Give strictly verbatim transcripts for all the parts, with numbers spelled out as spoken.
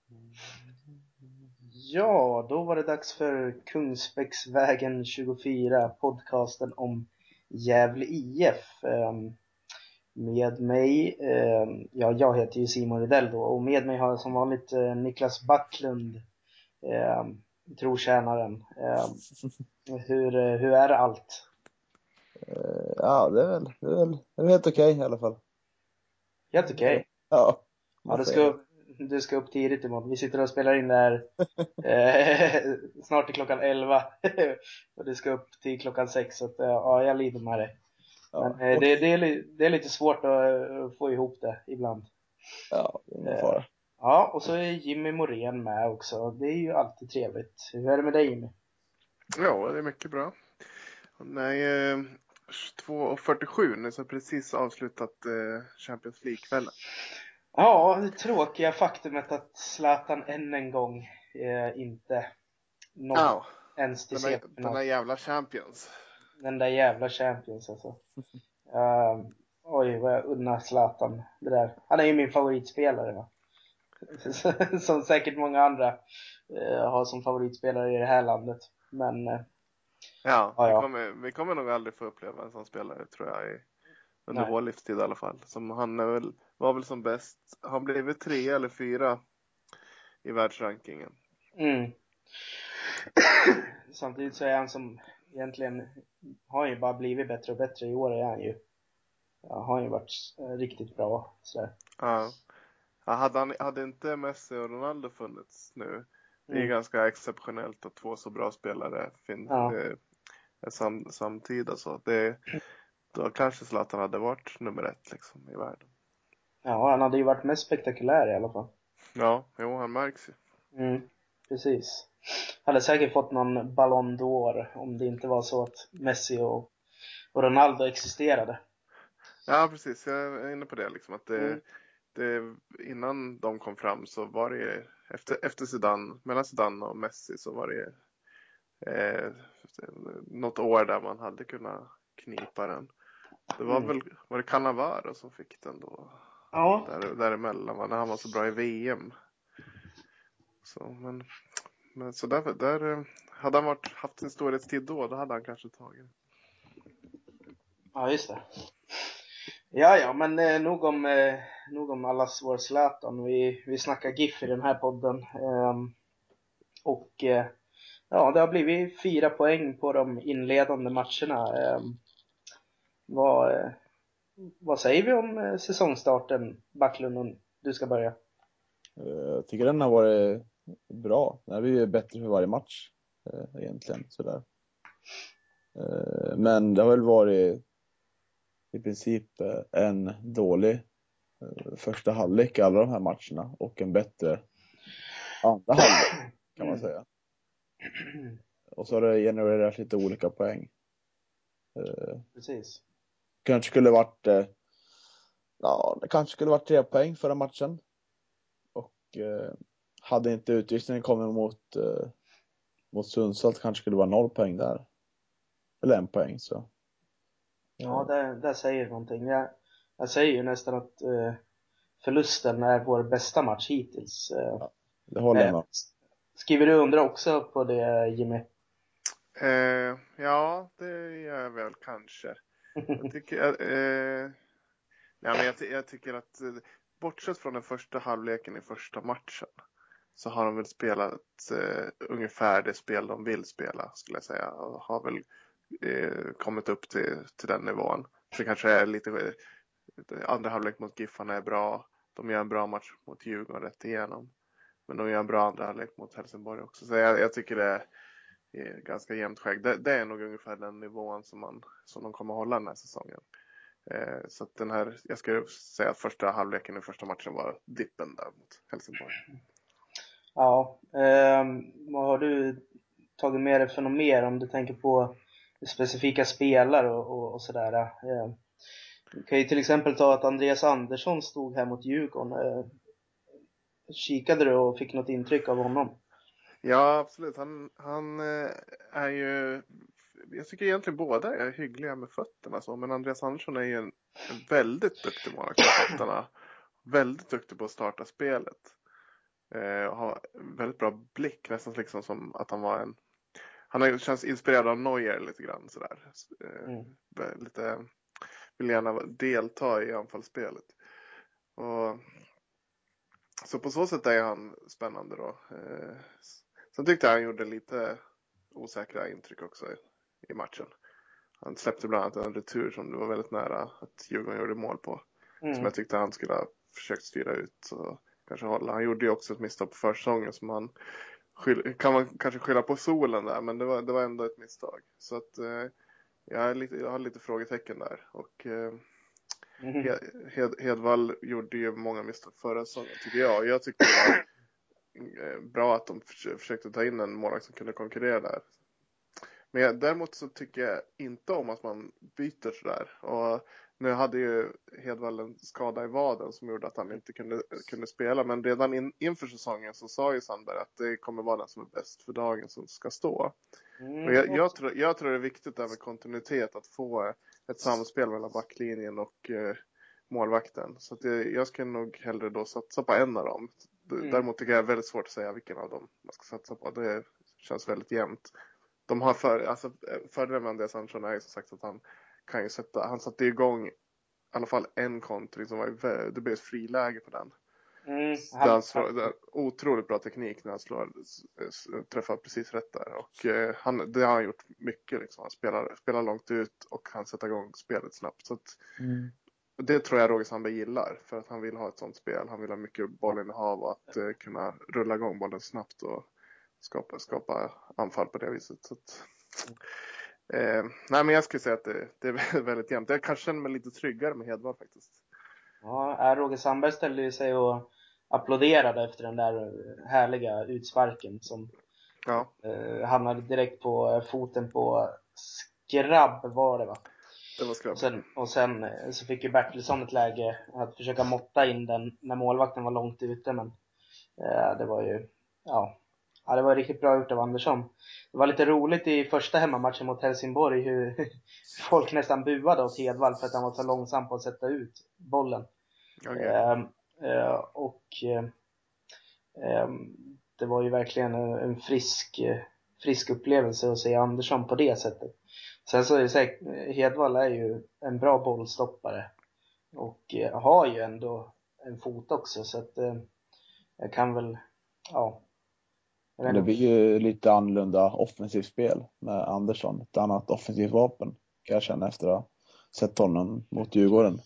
Ja, då var det dags för Kungsbäcksvägen tjugofyra, podcasten om Gävle I F. Ehm, Med mig, ehm, ja jag heter ju Simon Rydell då, och med mig har jag som vanligt eh, Niklas Backlund, ehm, trotjänaren. Ehm, hur, eh, hur är allt? Eh, Ja, det är väl, det är väl, det är helt okej i alla fall. Helt okej. Ja, Ja, man du säger ska, det. upp- du ska upp tidigt imorgon. Vi sitter och spelar in där eh, snart till klockan elva och du ska upp till klockan sex, så att, eh, ja, jag lider med dig. Men Ja, eh, det, okej. det, är, li- det är lite svårt att eh, få ihop det ibland. Ja, det är ingen Eh, fara. ja, och så är Jimmy Morén med också. Det är ju alltid trevligt. Hur är det med dig, Jimmy? Ja, det är mycket bra. Nej, eh, två fyrtiosju nu så precis avslutat eh, Champions League-kvällen. Ja, det tråkiga faktumet att Zlatan än en gång eh, inte nådde Ja, ens till den där, den semifinal. där jävla Champions. Den där jävla Champions alltså. Uh, oj, vad jag unnar Zlatan det där. Han är ju min favoritspelare, va? Som säkert många andra uh, har som favoritspelare i det här landet. Men uh, Ja, ja, vi ja. kommer, vi kommer nog aldrig få uppleva en sån spelare tror jag i, under Nej. vår livstid i alla fall. Som han är väl, var väl som bäst, han blev tre eller fyra i världsrankingen. Mm. Samtidigt så är han som egentligen har ju bara blivit bättre och bättre. I år är han ju, ja, har ju varit uh, riktigt bra sådär. Ja. Ja, hade, han, hade inte Messi och Ronaldo funnits nu, det är ju Mm. ganska exceptionellt att två så bra spelare finns Ja. eh, sam, samtida så. Det, då kanske Zlatan hade varit nummer ett liksom i världen. Ja, han hade ju varit mest spektakulär i alla fall. Ja, jo, han märks ju. Mm, precis. Hade säkert fått någon Ballon d'Or om det inte var så att Messi och, och Ronaldo existerade. Ja, precis. Jag är inne på det liksom. Att det, Mm. det, innan de kom fram så var det ju, efter, efter Zidane, mellan Zidane och Messi så var det eh, något år där man hade kunnat knipa den. Det var Mm. väl, var det Cannavaro som fick den då? Ja. Där, däremellan, va? När han var så bra i V M. Så, men, men så där, där eh, hade han varit, haft sin storhetstid då, då hade han kanske tagit det. Ja, just det. Ja, ja, men eh, nog om eh, nog om allas vår Zlatan. Vi vi snackar GIF i den här podden. Ehm, och eh, ja, det har blivit fyra poäng på de inledande matcherna. Ehm, vad eh, vad säger vi om eh, säsongstarten, Backlund, om du ska börja? Eh, Jag tycker den har varit bra. Den har blivit bättre för varje match eh, egentligen sådär. Eh, Men det har väl varit i princip eh, en dålig eh, första halvlek i alla de här matcherna och en bättre andra halvlek kan man Mm. säga. Och så har det genererat lite olika poäng. Eh, Precis. Kanske skulle varit eh, ja, det kanske skulle varit tre poäng förra matchen. Och eh, hade inte utvisningen kommit mot eh, mot Sundsvall kanske skulle vara noll poäng där. Eller en poäng så. Ja, Eh, där, där säger du någonting. Jag, jag säger ju nästan att eh, förlusten är vår bästa match hittills. Eh, ja, det håller jag eh, med. skriver du under också på det, Jimmy? Eh, ja, det gör jag väl kanske. Jag tycker, eh, nej, men jag, ty- jag tycker att eh, bortsett från den första halvleken i första matchen så har de väl spelat eh, ungefär det spel de vill spela skulle jag säga. Och har väl eh, kommit upp till, till den nivån. Så kanske är lite eh, andra halvlek mot Giffarna är bra. De gör en bra match mot Djurgården rätt igenom. Men de gör en bra andra halvlek mot Helsingborg också. Så jag, jag tycker det är är ganska jämnt skägg. Det, det är nog ungefär den nivån som, man, som de kommer hålla den här säsongen. Eh, så att den här, jag skulle säga att första halvleken i första matchen var dippen där mot Helsingborg. Ja, ehm, vad har du tagit med dig för något mer om du tänker på specifika spelare och, och, och sådär? Eh, du kan ju till exempel ta att Andreas Andersson stod här mot Djurgården. Eh, kikade du och fick något intryck av honom? Ja, absolut. Han, han eh, är ju, jag tycker egentligen båda är hyggliga med fötterna så, men Andreas Andersson är ju en, en väldigt duktig målvakt med fötterna. Väldigt duktig på att starta spelet. Eh, har väldigt bra blick, nästan liksom som att han var en... Han har, känns inspirerad av Neuer lite grann sådär. Eh, Mm. lite, vill gärna delta i anfallsspelet. Och, så på så sätt är han spännande då. Eh, sen tyckte jag han gjorde lite osäkra intryck också i, i matchen. Han släppte bland annat en retur som det var väldigt nära att Djurgården gjorde mål på. Mm. Som jag tyckte han skulle ha försökt styra ut och kanske hålla. Han gjorde ju också ett misstag på försäsongen som han skyll, kan man kanske skylla på solen där. Men det var, det var ändå ett misstag. Så att eh, jag, är lite, jag har lite frågetecken där. Och eh, Mm. Hed, Hed, Hedvall gjorde ju många misstag förra säsongen tycker jag. Jag tyckte det var eh, bra att de försökte ta in en målvakt som kunde konkurrera där. Men jag, däremot så tycker jag inte om att man byter sådär. Och nu hade ju Hedvall en skada i vaden som gjorde att han inte kunde, kunde spela. Men redan in, inför säsongen så sa ju Sandberg att det kommer vara den som är bäst för dagen som ska stå. Mm. Och jag, jag, tror, jag tror det är viktigt där med kontinuitet att få ett samspel mellan backlinjen och eh, målvakten. Så att det, jag skulle nog hellre då satsa på en av dem. Mm. Däremot tycker jag det är väldigt svårt att säga vilken av dem man ska satsa på. Det känns väldigt jämnt. De har för, alltså, fördelen med Andreas Andersson är ju som sagt att han kan ju sätta, han satte igång i alla fall en kontring som var, det blev ett friläge på den. Mm. Han, Han, slår, det är otroligt bra teknik när han slår, träffar precis rätt där. Och eh, han, det har han gjort mycket liksom. Han spelar, spelar långt ut och han sätter igång spelet snabbt. Så att, Mm. det tror jag Roger Sandberg gillar. För att han vill ha ett sånt spel. Han vill ha mycket bollinnehav och att eh, kunna rulla igång bollen snabbt och skapa, skapa anfall på det viset. Så att, eh, nej men jag skulle säga att det, det är väldigt jämnt. Jag kanske känner mig lite tryggare med Hedvall faktiskt. ja, Roger Sandberg ställde ju sig och applåderade efter den där härliga utsparken som Ja. eh, hamnade direkt på foten på Skrabb var det va? Det var skrabb. Och sen, och sen eh, så fick ju Bertilsson ett läge att försöka måtta in den när målvakten var långt ute, men eh, det var ju ja, ja, det var riktigt bra gjort av Andersson. Det var lite roligt i första hemmamatchen mot Helsingborg hur folk nästan buade åt Hedvall för att han var så långsam på att sätta ut bollen. Okay. Eh, eh, och eh, eh, det var ju verkligen en, en frisk, eh, frisk upplevelse att se Andersson på det sättet. Sen så är det säkert, Hedvall är ju en bra bollstoppare och eh, har ju ändå en fot också, så att eh, jag kan väl, ja. Jag vet Det inte. blir ju lite annorlunda offensivt spel med Andersson. Ett annat offensivt vapen kan jag känna efter att ha sett honom mot Djurgården.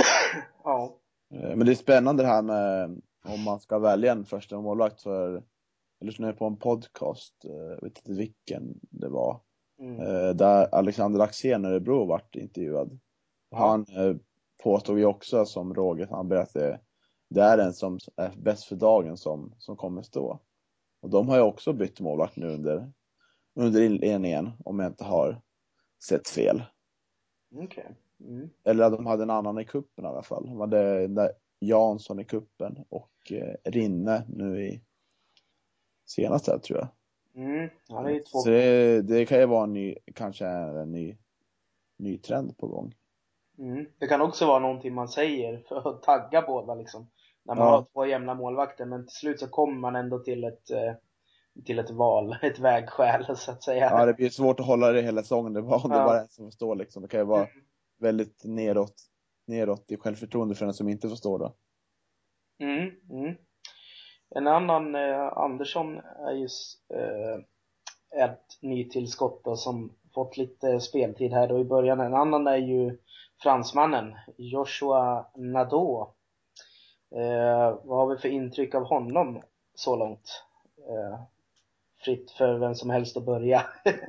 Ja. Men det är spännande det här med om man ska välja en första målvakt. För jag lyssnade på en podcast, jag vet inte vilken det var, Mm. där Alexander Axén Örebro vart intervjuad. Och Ja. han påstod ju också som Roger, han berättade, det är den som är bäst för dagen som, som kommer stå. Och de har ju också bytt målvakt nu under, under inledningen, om jag inte har sett fel. Okej. Okay. Mm. Eller de hade en annan i kuppen i alla fall. De hade där Jansson i kuppen och eh, Rinne nu i senaste här, tror jag. Mm. Ja, det är ju två. Så det, det kan ju vara en ny, kanske en ny, ny trend på gång. Mm. Det kan också vara någonting man säger för att tagga båda liksom. När man Ja. har två jämna målvakter, men till slut så kommer man ändå till ett eh, till ett val, ett vägskäl så att säga. Ja, det blir svårt att hålla det hela säsongen. Det var, om det Ja. bara är en som står liksom. Det kan ju vara Mm. väldigt neråt, neråt i självförtroende för den som inte förstår det. Mm. Mm. En annan eh, Andersson är ju eh, ett nytillskott då, som fått lite speltid här då i början. En annan är ju fransmannen Joshua Nadeau. Eh, vad har vi för intryck av honom så långt? Eh, fritt för vem som helst att börja.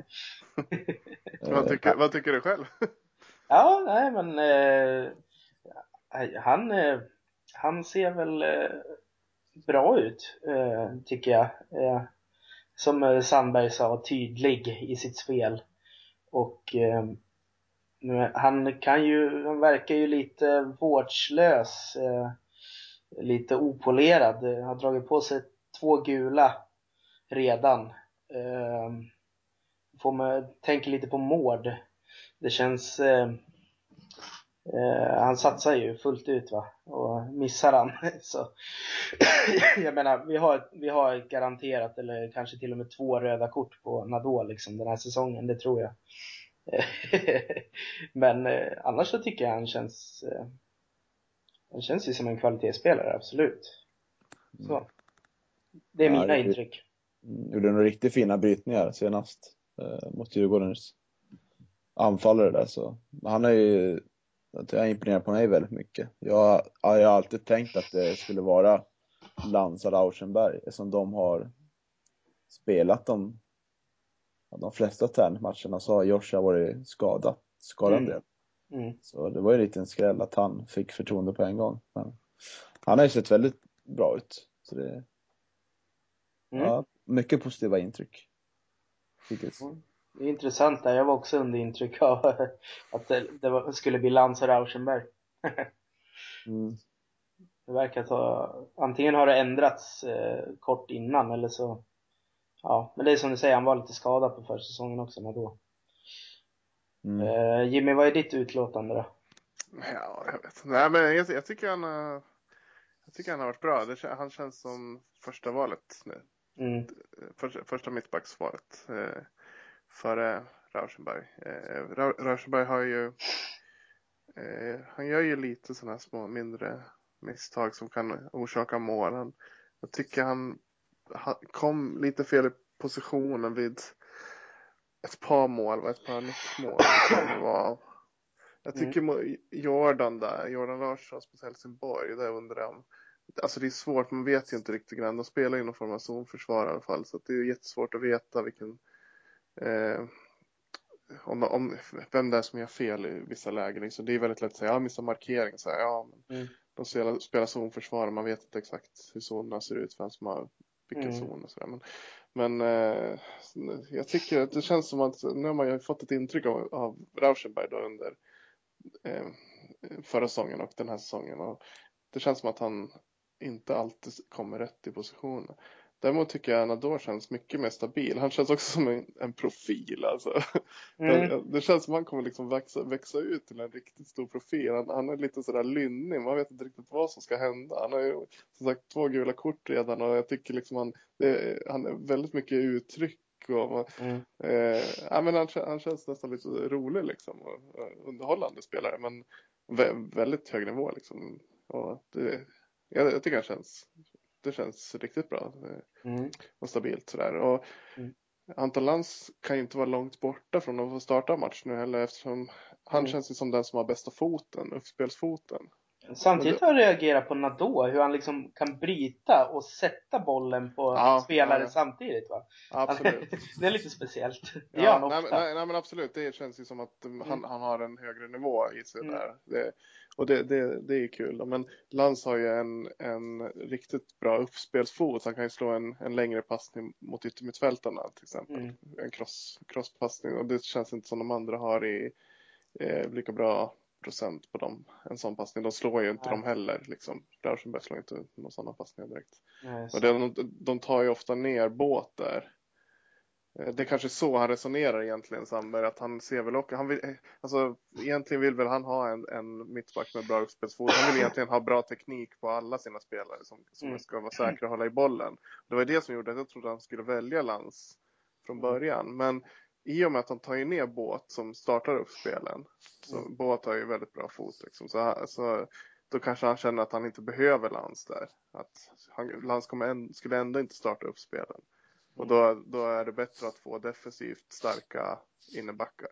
vad, tycker, vad tycker du själv? Ja, nej men eh, han, eh, han ser väl eh, bra ut, eh, tycker jag. Eh, som Sandberg sa, tydlig i sitt spel. Och eh, han kan ju, han verkar ju lite vårdslös, eh, lite opolerad. Han har dragit på sig två gula redan. Eh, får man tänka lite på Mård. Det känns eh, Eh, han satsar ju fullt ut va, och missar han så jag menar, vi har, vi har garanterat eller kanske till och med två röda kort på Nadal liksom den här säsongen, det tror jag. Men eh, annars så tycker jag han känns eh, han känns ju som en kvalitetsspelare, absolut. Så det är Ja, mina gjorde, intryck. gjorde några riktigt fina brytningar senast eh, mot Djurgårdens anfallare där, så han är ju, jag imponerar på mig väldigt mycket. Jag, jag har alltid tänkt att det skulle vara Lantz och Rauschenberg, eftersom de har spelat de, de flesta träningsmatcherna, så har Joshua varit skadad, skadad Mm. del. Mm. Så det var ju en liten skräll att han fick förtroende på en gång. Men han har ju sett väldigt bra ut. Så det, Mm. ja, mycket positiva intryck hittills. Mm. Det är intressant där, jag var också under intryck av att det, det var, skulle bli Lantz och Rauschenberg. Mm. Det verkar ta, antingen har det ändrats eh, kort innan eller så, ja, men det är som du säger, han var lite skadad på försäsongen också när då. Mm. Eh, Jimmy, vad är ditt utlåtande då? Ja, jag vet. Nej, men jag, jag tycker han har, jag tycker han har varit bra. Det, han känns som första valet nu. Mm. För, första mittbacksvalet eh, före Rauschenberg. Eh, Rauschenberg har ju eh, han gör ju lite sådana här små mindre misstag som kan orsaka målen. Jag tycker han, han kom lite fel i positionen vid ett par mål, var ett par nickmål. Det var, jag tycker mm. Jordan där, Jordan Larsson på Helsingborg, där undrar jag om, alltså det är svårt, man vet ju inte riktigt grann. De spelar ju någon form av zonförsvar i alla fall, så det är ju jättesvårt att veta vilken eh, om, om vem det är som gör fel i vissa lägen. Så det är väldigt lätt att säga, ja, missar markering, så här, ja, men Mm. de spelar, spelar zonförsvar, man vet inte exakt hur zonerna ser ut, vem som har vilken Mm. zon och sådär. Men, men eh, jag tycker att det känns som att nu har man ju fått ett intryck av, av Rauschenberg då under eh, förra säsongen och den här säsongen, och det känns som att han inte alltid kommer rätt i positionen. Däremot tycker jag att Nadal känns mycket mer stabil. Han känns också som en, en profil. Alltså. Mm. Det, det känns som att han kommer liksom växa, växa ut till en riktigt stor profil. Han, han är lite sådär lynnig. Man vet inte riktigt vad som ska hända. Han har ju som sagt två gula kort redan. Och jag tycker liksom han, det, han är väldigt mycket uttryck. Och, Mm. eh, ja, men han, han känns nästan lite rolig liksom. Och, och underhållande spelare. Men vä, väldigt hög nivå liksom. Och det, jag, jag tycker han känns... Det känns riktigt bra Mm. och stabilt sådär. Och Mm. Anton Lantz kan ju inte vara långt borta från att få starta match nu heller, eftersom han Mm. känns ju som den som har bästa foten, uppspelsfoten. Samtidigt har jag reagerat på Nadal, hur han liksom kan bryta och sätta bollen på Ja, spelare ja, ja. samtidigt va? Absolut. Det är lite speciellt. Det gör Ja, han nej, ofta. nej, nej men absolut, det känns ju som att um, han, Mm. han har en högre nivå i sig Mm. där. Det, och det, det, det är kul. Men Lantz har ju en, en riktigt bra uppspelsfot. Han kan ju slå en, en längre passning mot yttermittfältarna till exempel. Mm. En cross, crosspassning. Och det känns inte som de andra har i eh, lika bra procent på dem. En sån passning. De slår ju inte Nej. dem heller. Liksom. Rauschenberg slår inte någon sådana passningar direkt. Nej, och det, de, de tar ju ofta ner båt där. Det är kanske så han resonerar egentligen, Sandberg, att han ser väl också, han vill, alltså egentligen vill väl han ha en, en mittback med bra uppspelsfot. Han vill egentligen ha bra teknik på alla sina spelare som, som Mm. ska vara säkra att hålla i bollen. Det var det som gjorde att jag trodde att han skulle välja Lantz från början. Men i och med att han tar ju ner Båt som startar upp spelen, så Mm. Båt har ju väldigt bra fot liksom. Så, så då kanske han känner att han inte behöver Lantz där. Att han, Lantz kommer en, skulle ändå inte starta upp spelen. Och då, då är det bättre att få defensivt starka innebackar.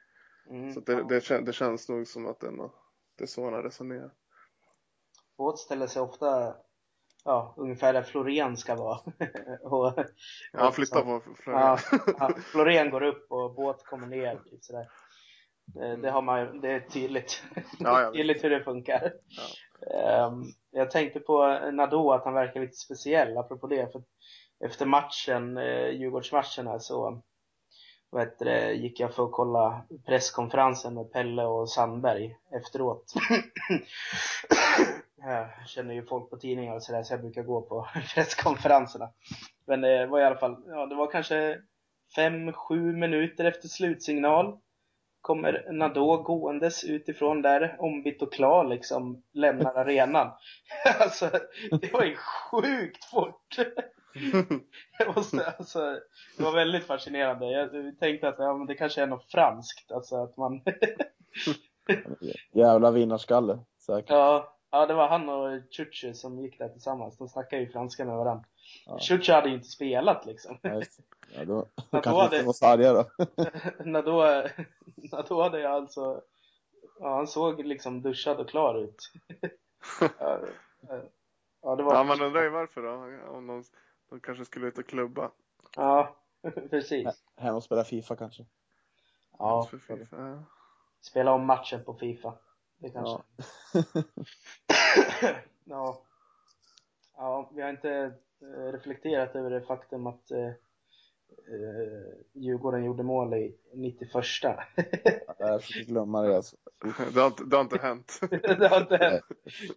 Mm. Så det, det, kän, det känns nog som att det, det är så han resonerar. Båt ställer sig ofta ja, ungefär där Florén ska vara. och, Ja, han flyttar på Florén. Ja, ja, Florén går upp och Båt kommer ner. Typ sådär. Det, Mm. det, har man, det är tydligt. Ja, ja, tydligt hur det funkar. Ja. Um, jag tänkte på Nadal, att han verkar lite speciell apropå det. För efter matchen, eh, Djurgårdsmatchen här, så vad heter det, gick jag för att kolla presskonferensen med Pelle och Sandberg efteråt. Jag känner ju folk på tidningar och sådär, så jag brukar gå på presskonferenserna. Men det var i alla fall, ja, det var kanske fem, sju minuter efter slutsignal. kommer Nadå gåendes utifrån där, ombytt och klar liksom, lämnar arenan. Alltså, det var ju sjukt fort. Jag måste, alltså, det var väldigt fascinerande. Jag tänkte att ja, men det kanske är något franskt, alltså att man... Jävla vinnarskalle, säkert. ja, ja, det var han och Chuchu som gick där tillsammans. De snackade ju franska med varandra. Ja. Chuchu hade ju inte spelat liksom. Ja, just det. Ja, då, då kanske hade... inte var så arga då. när, då, när då hade jag alltså, ja, han såg liksom duschad och klar ut. ja, ja, det var... Ja, man undrar ju varför då. Om de, de kanske skulle ut och klubba. Ja, precis. Hem och spela FIFA kanske. Ja, För FIFA. Ja. spela om matchen på FIFA. Det kanske. Ja. ja. Ja, vi har inte eh, reflekterat över det faktum att eh, eh, Djurgården gjorde mål i nittioförsta. Jag försöker glömma det alltså. Det har inte, det har inte hänt. det har inte hänt.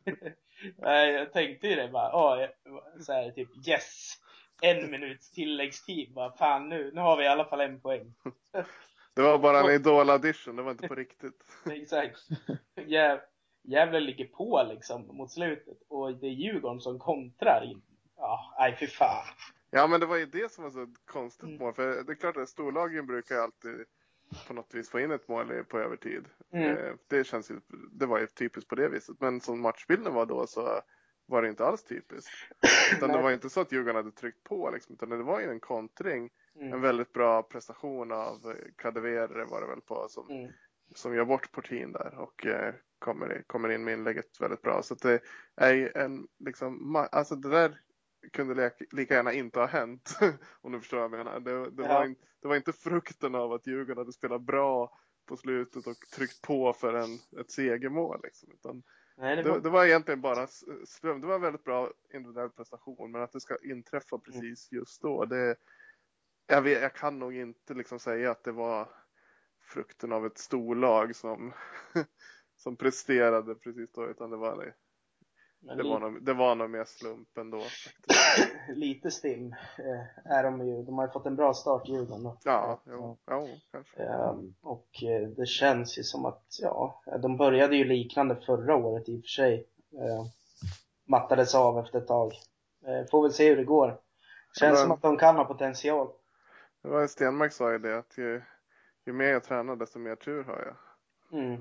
Nej, jag tänkte ju det bara, åh, så här typ yes, en minuts tilläggstid, bara fan nu, nu har vi i alla fall en poäng. Det var bara en idol-audition, det var inte på riktigt. Exakt. Jäv, Jävlar ligger på liksom mot slutet och det är Djurgården som kontrar in. Ja, nej för fan. Ja, men det var ju det som var så konstigt Mm. mål. För det är klart att storlagen brukar ju alltid på något vis få in ett mål på övertid. Mm. Eh, det känns ju, det var ju typiskt på det viset. Men som matchbilden var då så var det inte alls typiskt. Utan det var inte så att Djurgården hade tryckt på liksom, utan det var ju en kontring. Mm. En väldigt bra prestation av Kadewere var det väl på som, Mm. som gör bort Portin där och eh, kommer, kommer in med inlägget väldigt bra. Så att det är ju en liksom, alltså det där kunde lika gärna inte ha hänt, om du förstår vad jag menar. Det, det, Ja. var inte, det var inte frukten av att Djurgården hade spelat bra på slutet och tryckt på för en, ett segermål liksom, utan Nej, det, det, var... det var egentligen bara slum. Det var en väldigt bra individuell prestation, men att det ska inträffa precis just då, det, jag, vet, jag kan nog inte liksom säga att det var frukten av ett storlag som, som presterade precis då, utan det var det. Men Det li... var, nog, det var nog mer slump ändå faktiskt. lite stim eh, är de ju. De har ju fått en bra start i Djurgården då. Ja, jo, jo, kanske. Eh, och eh, det känns ju som att, ja, de började ju liknande förra året i och för sig. Eh, mattades av efter ett tag. Eh, får väl se hur det går. Känns Men, som att de kan ha potential. det var Stenmark sa ju det, att ju, ju mer jag tränar desto mer tur har jag. Mm.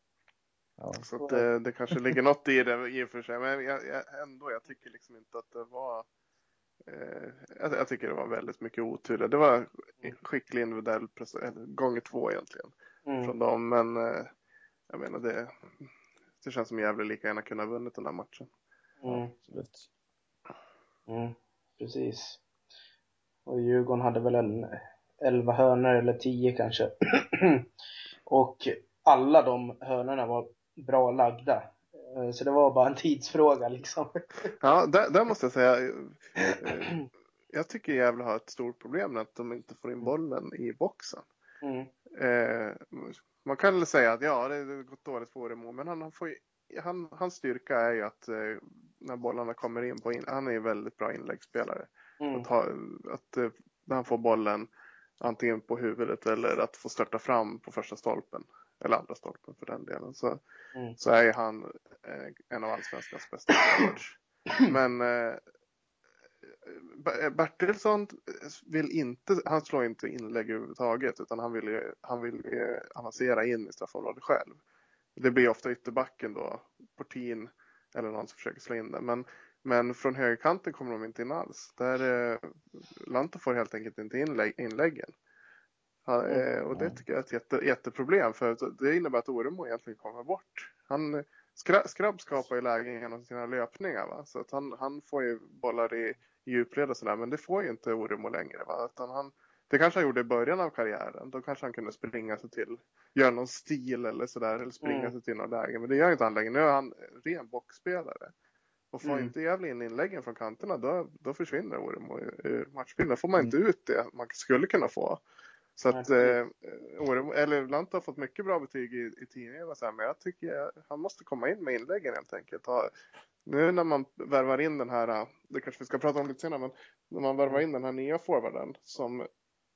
Ja. Så att det, det kanske ligger något i det i och för sig. Men jag, jag, ändå, jag tycker liksom inte att det var... Eh, jag, jag tycker det var väldigt mycket otur. Det var skicklig individuell prestation, gånger två egentligen. Mm. Från dem, men eh, jag menar det... Det känns som Gävle lika gärna kunde ha vunnit den här matchen. Mm. Ja, absolut. Mm. Precis. Och Djurgården hade väl en elva hörnor eller tio kanske. Och alla de hörnorna var bra lagda. Så det var bara en tidsfråga liksom. Ja, där, där måste jag säga. Eh, jag tycker Gävle har ett stort problem med att de inte får in bollen i boxen. Mm. Eh, man kan väl säga att ja, det har gått dåligt för Åremo, men han, han får ju, han, hans styrka är ju att eh, när bollarna kommer in på in, han är ju väldigt bra inläggsspelare. Mm. Att, ha, att eh, när han får bollen antingen på huvudet eller att få starta fram på första stolpen eller andra stolpen för den delen, så, Mm. så är han eh, en av allsvenskans bästa forwards. Men eh, Bertilsson vill inte, han slår inte inlägg överhuvudtaget, utan han vill ju, han vill ju avancera in i straffområdet själv. Det blir ofta ytterbacken då, Portin eller någon som försöker slå in det. Men, men från högerkanten kommer de inte in alls. Där eh, Lantto får helt enkelt inte inlägg, inläggen. Han, eh, och det tycker jag är ett jätte, jätteproblem, för det innebär att Åremo egentligen kommer bort. Han, Skra, Skrabb skapar ju lägen genom sina löpningar, va? Så att han, han får ju bollar i, i djupled och sådär, men det får ju inte Åremo längre, va? Utan han, det kanske han gjorde i början av karriären. Då kanske han kunde springa sig till, göra någon stil eller sådär, eller springa Mm. sig till någon läge. Men det gör inte han längre. Nu är han ren boxspelare. Och får Mm. inte Gävle in inläggen från kanterna, då, då försvinner Åremo ur matchbilden. Då får man Mm. inte ut det man skulle kunna få. Så att, eh, eller Lantto har fått mycket bra betyg i, i tidningen, men jag tycker han måste komma in med inläggen helt enkelt. Ha, nu när man värvar in den här, det kanske vi ska prata om lite senare, men när man värvar in den här nya forwarden som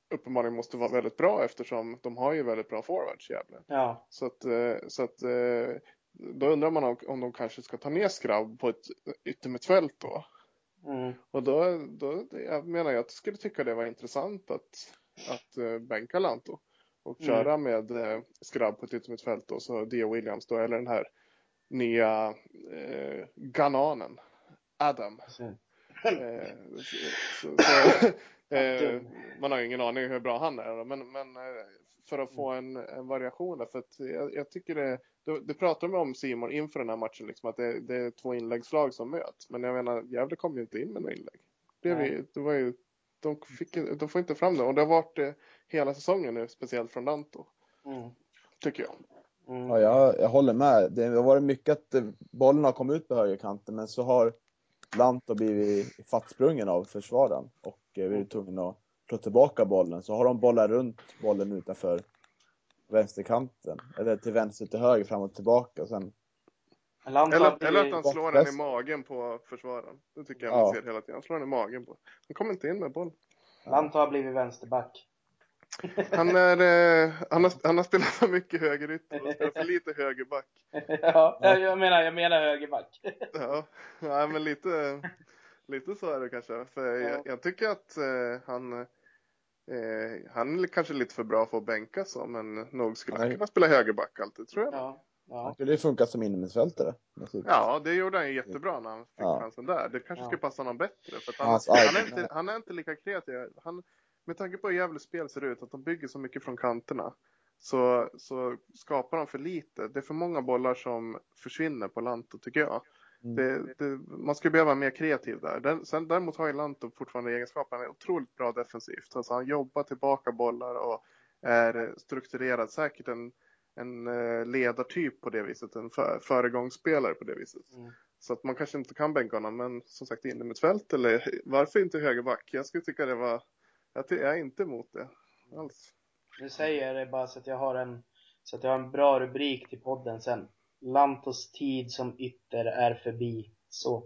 uppenbarligen måste vara väldigt bra eftersom de har ju väldigt bra forwards jävlar. Ja. Så att, eh, så att eh, då undrar man om, om de kanske ska ta ner Skrabb på ett yttermittfält då. Mm. Och då, då jag menar jag att jag skulle tycka det var intressant att, att uh, bänka Lanto och Mm. köra med uh, Skrabb på ett yttermittfält då, så Dio Williams då, eller den här nya uh, Gananen Adam. Så. Eh, så, så, så, eh, man har ju ingen aning hur bra han är, men, men eh, för att få en, en variation där, för att jag, jag tycker det, det, det pratar de om Simon inför den här matchen liksom, att det, det är två inläggslag som möts, men jag menar Gävle kom ju inte in med några inlägg. Det, vi, det var ju, de, fick, de får inte fram det, och det har varit det hela säsongen nu, speciellt från Lanto, Mm. tycker jag. Mm. Ja, jag, jag håller med. Det har varit mycket att eh, bollen har kommit ut på högerkanten, men så har Lanto blivit fattsprungen av försvararen och eh, vi är tvungna att slå tillbaka bollen. Så har de bollar runt bollen utanför vänsterkanten, eller till vänster till höger, fram och tillbaka. Och sen... Eller, Blir... eller att han slår den i magen på försvararen. Det tycker jag man Ja. ser hela tiden. Han slår den i magen på. Han kommer inte in med boll. Lanto har blivit vänsterback. Han, är, eh, han, har, han har spelat för mycket högerytter och spelat för lite högerback. Ja, jag menar, jag menar högerback. Ja, ja, men lite, lite så är det kanske. För Ja. jag, jag tycker att eh, han, eh, han är kanske lite för bra för att bänka så, men nog skulle han Nej. kunna spela högerback alltid, tror jag. Ja. Ja. Han skulle ju funka som innermittfältare. Ja, det gjorde han ju jättebra när han fick Ja. chansen där. Det kanske Ja. skulle passa honom bättre. För att han, Hans han, arm- är inte, han är inte lika kreativ. Han, med tanke på hur Gävles spel ser ut, att de bygger så mycket från kanterna, så, så skapar de för lite. Det är för många bollar som försvinner på Lanto, tycker jag. Mm. Det, det, man skulle behöva vara mer kreativ där. Den, sen, däremot har ju Lanto fortfarande egenskapen. Han är otroligt bra defensivt. Alltså han jobbar tillbaka bollar och är strukturerad. Säkert en en ledartyp på det viset, en för, föregångsspelare på det viset. Mm. Så att man kanske inte kan bänka honom, men som sagt in i mitt fält, eller varför inte högerback? Jag skulle tycka det var, jag är inte emot det alls. Nu säger jag det bara så att jag har en så att jag har en bra rubrik till podden sen. Lantos tid som ytter är förbi. Så.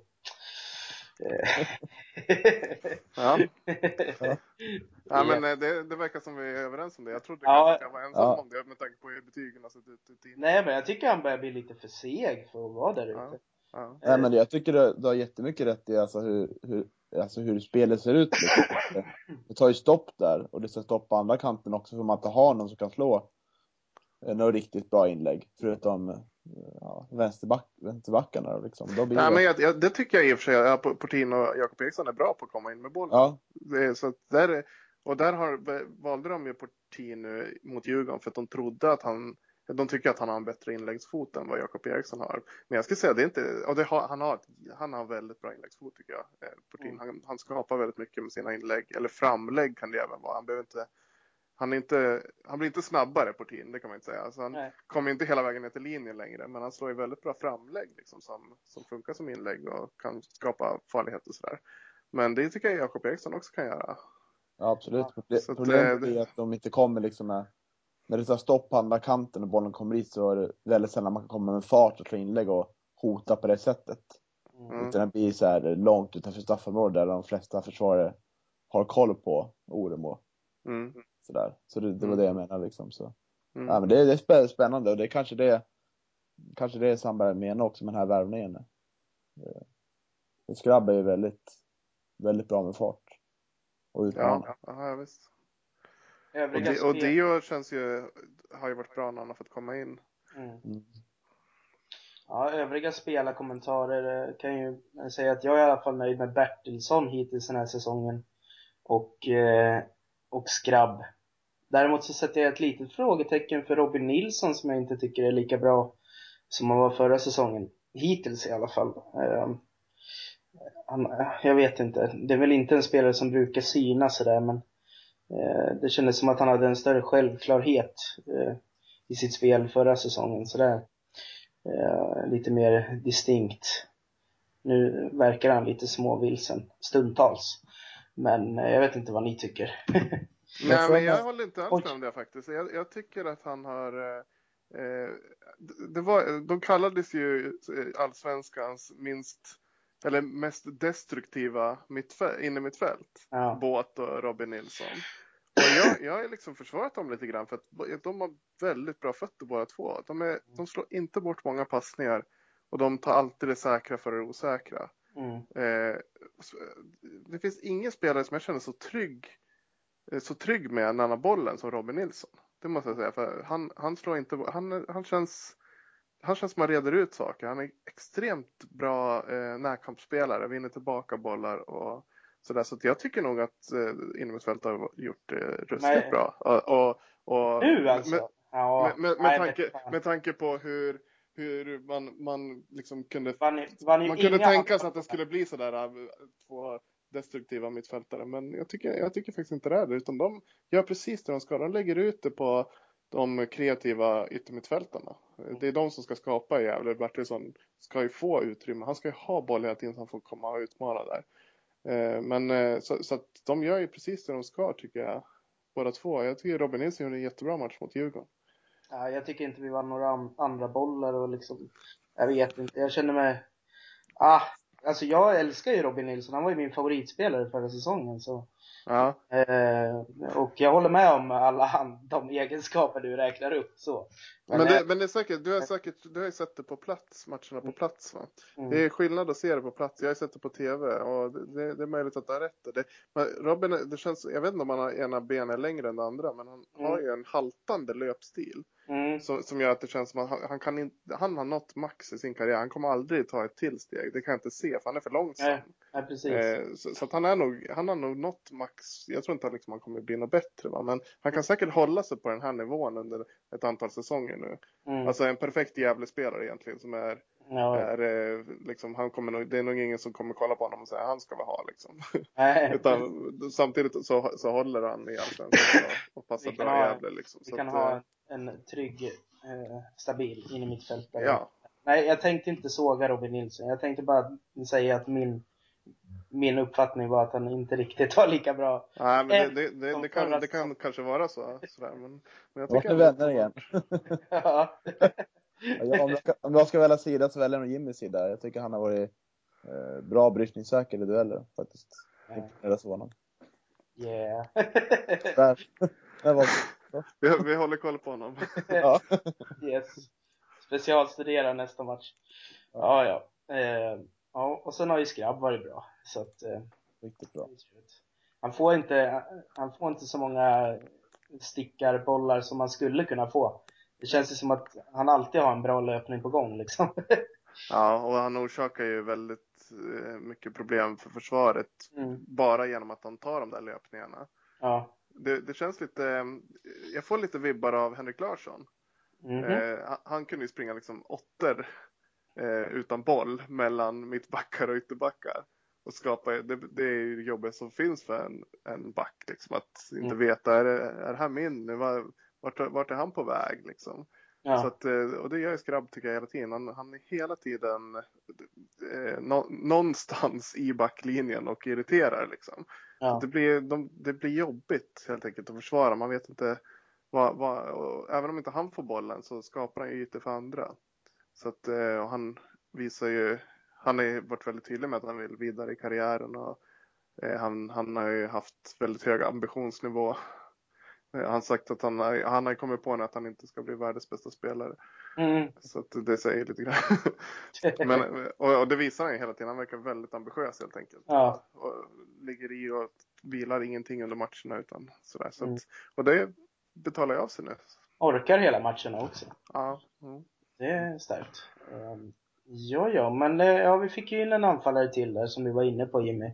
Ja. Ja. Ja, men det, det verkar som vi är överens om det. Jag trodde Ja. kanske att jag var ensam Ja. om det med tanke på hur betygen har sett ut i tiden. Nej, men jag tycker han börjar bli lite för seg för att vara där ute. Ja. Ja. Nej, men jag tycker du, du har jättemycket rätt i alltså hur, hur, alltså hur spelet ser ut. Liksom. Det tar ju stopp där, och det ska stopp på andra kanten också, för man inte har någon som kan slå några riktigt bra inlägg, förutom ja, vänsterback, vänsterbackarna. Liksom. Då blir Ja, det... men jag, jag, det tycker jag i och för sig. Ja, Portin och Jakob Eriksson är bra på att komma in med bollen. Ja. Det är, så att där är, och där har, valde de ju Portin nu mot Djurgården för att de trodde att han, de tycker att han har en bättre inläggsfot än vad Jakob Eriksson har. Men jag skulle säga det är inte, och det har, han, har, han har väldigt bra inläggsfot, tycker jag. Portin, Mm. han, han skapar väldigt mycket med sina inlägg, eller framlägg kan det även vara. Han behöver inte, han är inte, han blir inte snabbare Portin, det kan man inte säga. Alltså han Nej. kommer inte hela vägen ner till linjen längre, men han slår ju väldigt bra framlägg liksom, som, som funkar som inlägg och kan skapa farlighet och sådär. Men det tycker jag Jakob Eriksson också kan göra. Ja, absolut. Ja. Proble- Så att, Problemet eh, är att de inte kommer liksom med, när det tar stopp på andra kanten och bollen kommer dit, så är det väldigt sällan man kan komma med fart och slå inlägg och hota på det sättet. mm, Utan det blir så här långt utanför straffområdet där de flesta försvarare har koll på Oremo. mm, Sådär. Så det, det var Mm. det jag menade liksom. Så. mm. Ja, men det, det är spä- spännande, och det är kanske det kanske det Sandberg menar också med den här värvningen. Eh, Skrabb är ju väldigt väldigt bra med fart och utmaning. Ja, ja, visst. Och, Övriga det, och spel. Dio känns ju, har ju varit bra när han har fått komma in. Mm. Mm. Ja, övriga spelarkommentarer eh, kan ju säga att jag är i alla fall nöjd med Bertilsson hittills den här säsongen. Och, eh, och Skrabb. Däremot så sätter jag ett litet frågetecken för Robin Nilsson, som jag inte tycker är lika bra som han var förra säsongen. Hittills i alla fall. Eh, han, jag vet inte. Det är väl inte en spelare som brukar synas sådär, men eh, det kändes som att han hade en större självklarhet eh, i sitt spel förra säsongen. Sådär. Eh, lite mer distinkt. Nu verkar han lite småvilsen stundtals. Men eh, jag vet inte vad ni tycker. Nej, får men jag- jag håller inte alls med om det faktiskt. Jag, jag tycker att han har... Eh, eh, det var, de kallades ju eh, allsvenskans minst, eller mest destruktiva mittfält, inne mittfält. Ja. Båt och Robin Nilsson. Och jag, jag har liksom försvarat dem lite grann för att de har väldigt bra fötter båda två. De, är, de slår inte bort många passningar och de tar alltid det säkra för det osäkra. Mm. Eh, det finns ingen spelare som jag känner så trygg så trygg med när han har bollen som Robin Nilsson. Det måste jag säga, för han, han slår inte, han, han känns han känns som han reder ut saker. Han är extremt bra eh, närkampsspelare, vinner tillbaka bollar och sådär. Så att jag tycker nog att eh, inomhusfältet har gjort det eh, ruskigt Nej. bra. Och, och, och Nu alltså? med, Ja, med, med, med, nej, tanke, fan. med tanke på hur, hur man, man liksom kunde Vann ju- vann ju man kunde inga tänka sig andra- att det skulle bli sådär äh, två destruktiva mittfältare. Men jag tycker, jag tycker faktiskt inte det är det. Utan de gör precis det de ska. De lägger ut det på de kreativa yttermittfältarna. Det är de som ska skapa i Gävle. Bertilsson ska ju få utrymme. Han ska ju ha boll hela tiden så han får komma och utmana där. Eh, men eh, så, så att de gör ju precis det de ska, tycker jag. Båda två. Jag tycker Robin Nilsson gjorde en jättebra match mot Djurgården. Ja, jag tycker inte vi vann några an- andra bollar och liksom, jag vet inte, jag känner mig, ah, alltså jag älskar ju Robin Nilsson, han var ju min favoritspelare förra säsongen så, Ja. eh, och jag håller med om alla han, de egenskaper du räknar upp så. Men, men, det, eh, men det är säkert, du har säkert, du har ju sett det på plats, matcherna på plats, va? mm, Det är skillnad att se det på plats. Jag har sett det på tv och det, det är möjligt att det är rätt. Det, men Robin, det känns, jag vet inte om han har ena benet längre än det andra, men han mm, har ju en haltande löpstil. mm, Som, som gör att det känns som att han, han kan inte, han har nått max i sin karriär. Han kommer aldrig ta ett till steg. Det kan jag inte se, för han är för långsam. nej, nej, precis. Eh, så, så att han är nog, han har nog nått max. Jag tror inte att liksom han kommer bli något bättre, va? Men han kan säkert hålla sig på den här nivån under ett antal säsonger nu. Mm, Alltså en perfekt Gävle-spelare egentligen som är, ja, är eh, liksom, han kommer nog, det är nog ingen som kommer kolla på honom och säga han ska vi ha liksom. nej, Utan samtidigt så, så håller han i allsvenskan och, och passar Vi kan bra i ha- Gävle liksom. vi Så kan att, ha eh, en, en trygg, eh, stabil in i mittfältare. ja. Nej, jag tänkte inte såga Robin Nilsson. Jag tänkte bara säga att min, min uppfattning var att han inte riktigt var lika bra. Nej, men det, det, Som det, det, förra kan, det säsongen. kan kanske vara så. Sådär, men, men jag Vart tycker är ändå att vänner han igen? har- Ja. Ja, om, jag ska, om jag ska välja sida så väljer jag nog Jimmys sida. Jag tycker han har varit eh, bra brytningssäker i dueller faktiskt. Ja. Imponerad av honom. Yeah. Där. Där var vi, vi håller koll på honom. ja. Yes. Specialstudera nästa match. Ja, ja. Eh, ja. Och sen har ju Skrabb varit bra. Så att, eh, Riktigt bra. han får inte, han får inte så många stickarbollar som man skulle kunna få. Det känns ju som att han alltid har en bra löpning på gång liksom. Ja, och han orsakar ju väldigt eh, mycket problem för försvaret. Mm. Bara genom att han tar de där löpningarna. Ja. Det, det känns lite, eh, jag får lite vibbar av Henrik Larsson. Mhm. Eh, han, han kunde ju springa liksom åtter eh, utan boll mellan mittbackar och ytterbackar. Och skapa, det, det är ju jobbet som finns för en, en back. Liksom, att inte Mm. veta, är det, är det här min nu? Var, vart, vart är han på väg? Liksom? Ja. Så att, eh, och det gör ju Skrabb tycker jag hela tiden. Han, han är hela tiden eh, nå, någonstans i backlinjen och irriterar liksom. Ja. Så det blir, de, det blir jobbigt helt enkelt att försvara. Man vet inte vad, vad, och även om inte han får bollen så skapar han ju ytor för andra. Så att eh, och han visar ju, han har ju varit väldigt tydlig med att han vill vidare i karriären och eh, han, han har ju haft väldigt hög ambitionsnivå. Han har sagt att han har, han har kommit på nu att han inte ska bli världens bästa spelare. Mm. Så att det säger lite grann. Men, och, och det visar han ju hela tiden. Han verkar väldigt ambitiös helt enkelt. Ja. Och, och ligger i och vilar ingenting under matcherna utan sådär. Så Mm. att, och det betalar jag av sig nu. Orkar hela matcherna också. Ja. Mm. Det är starkt. Um, ja, ja, men eh, ja, vi fick ju in en anfallare till där som vi var inne på, Jimmy.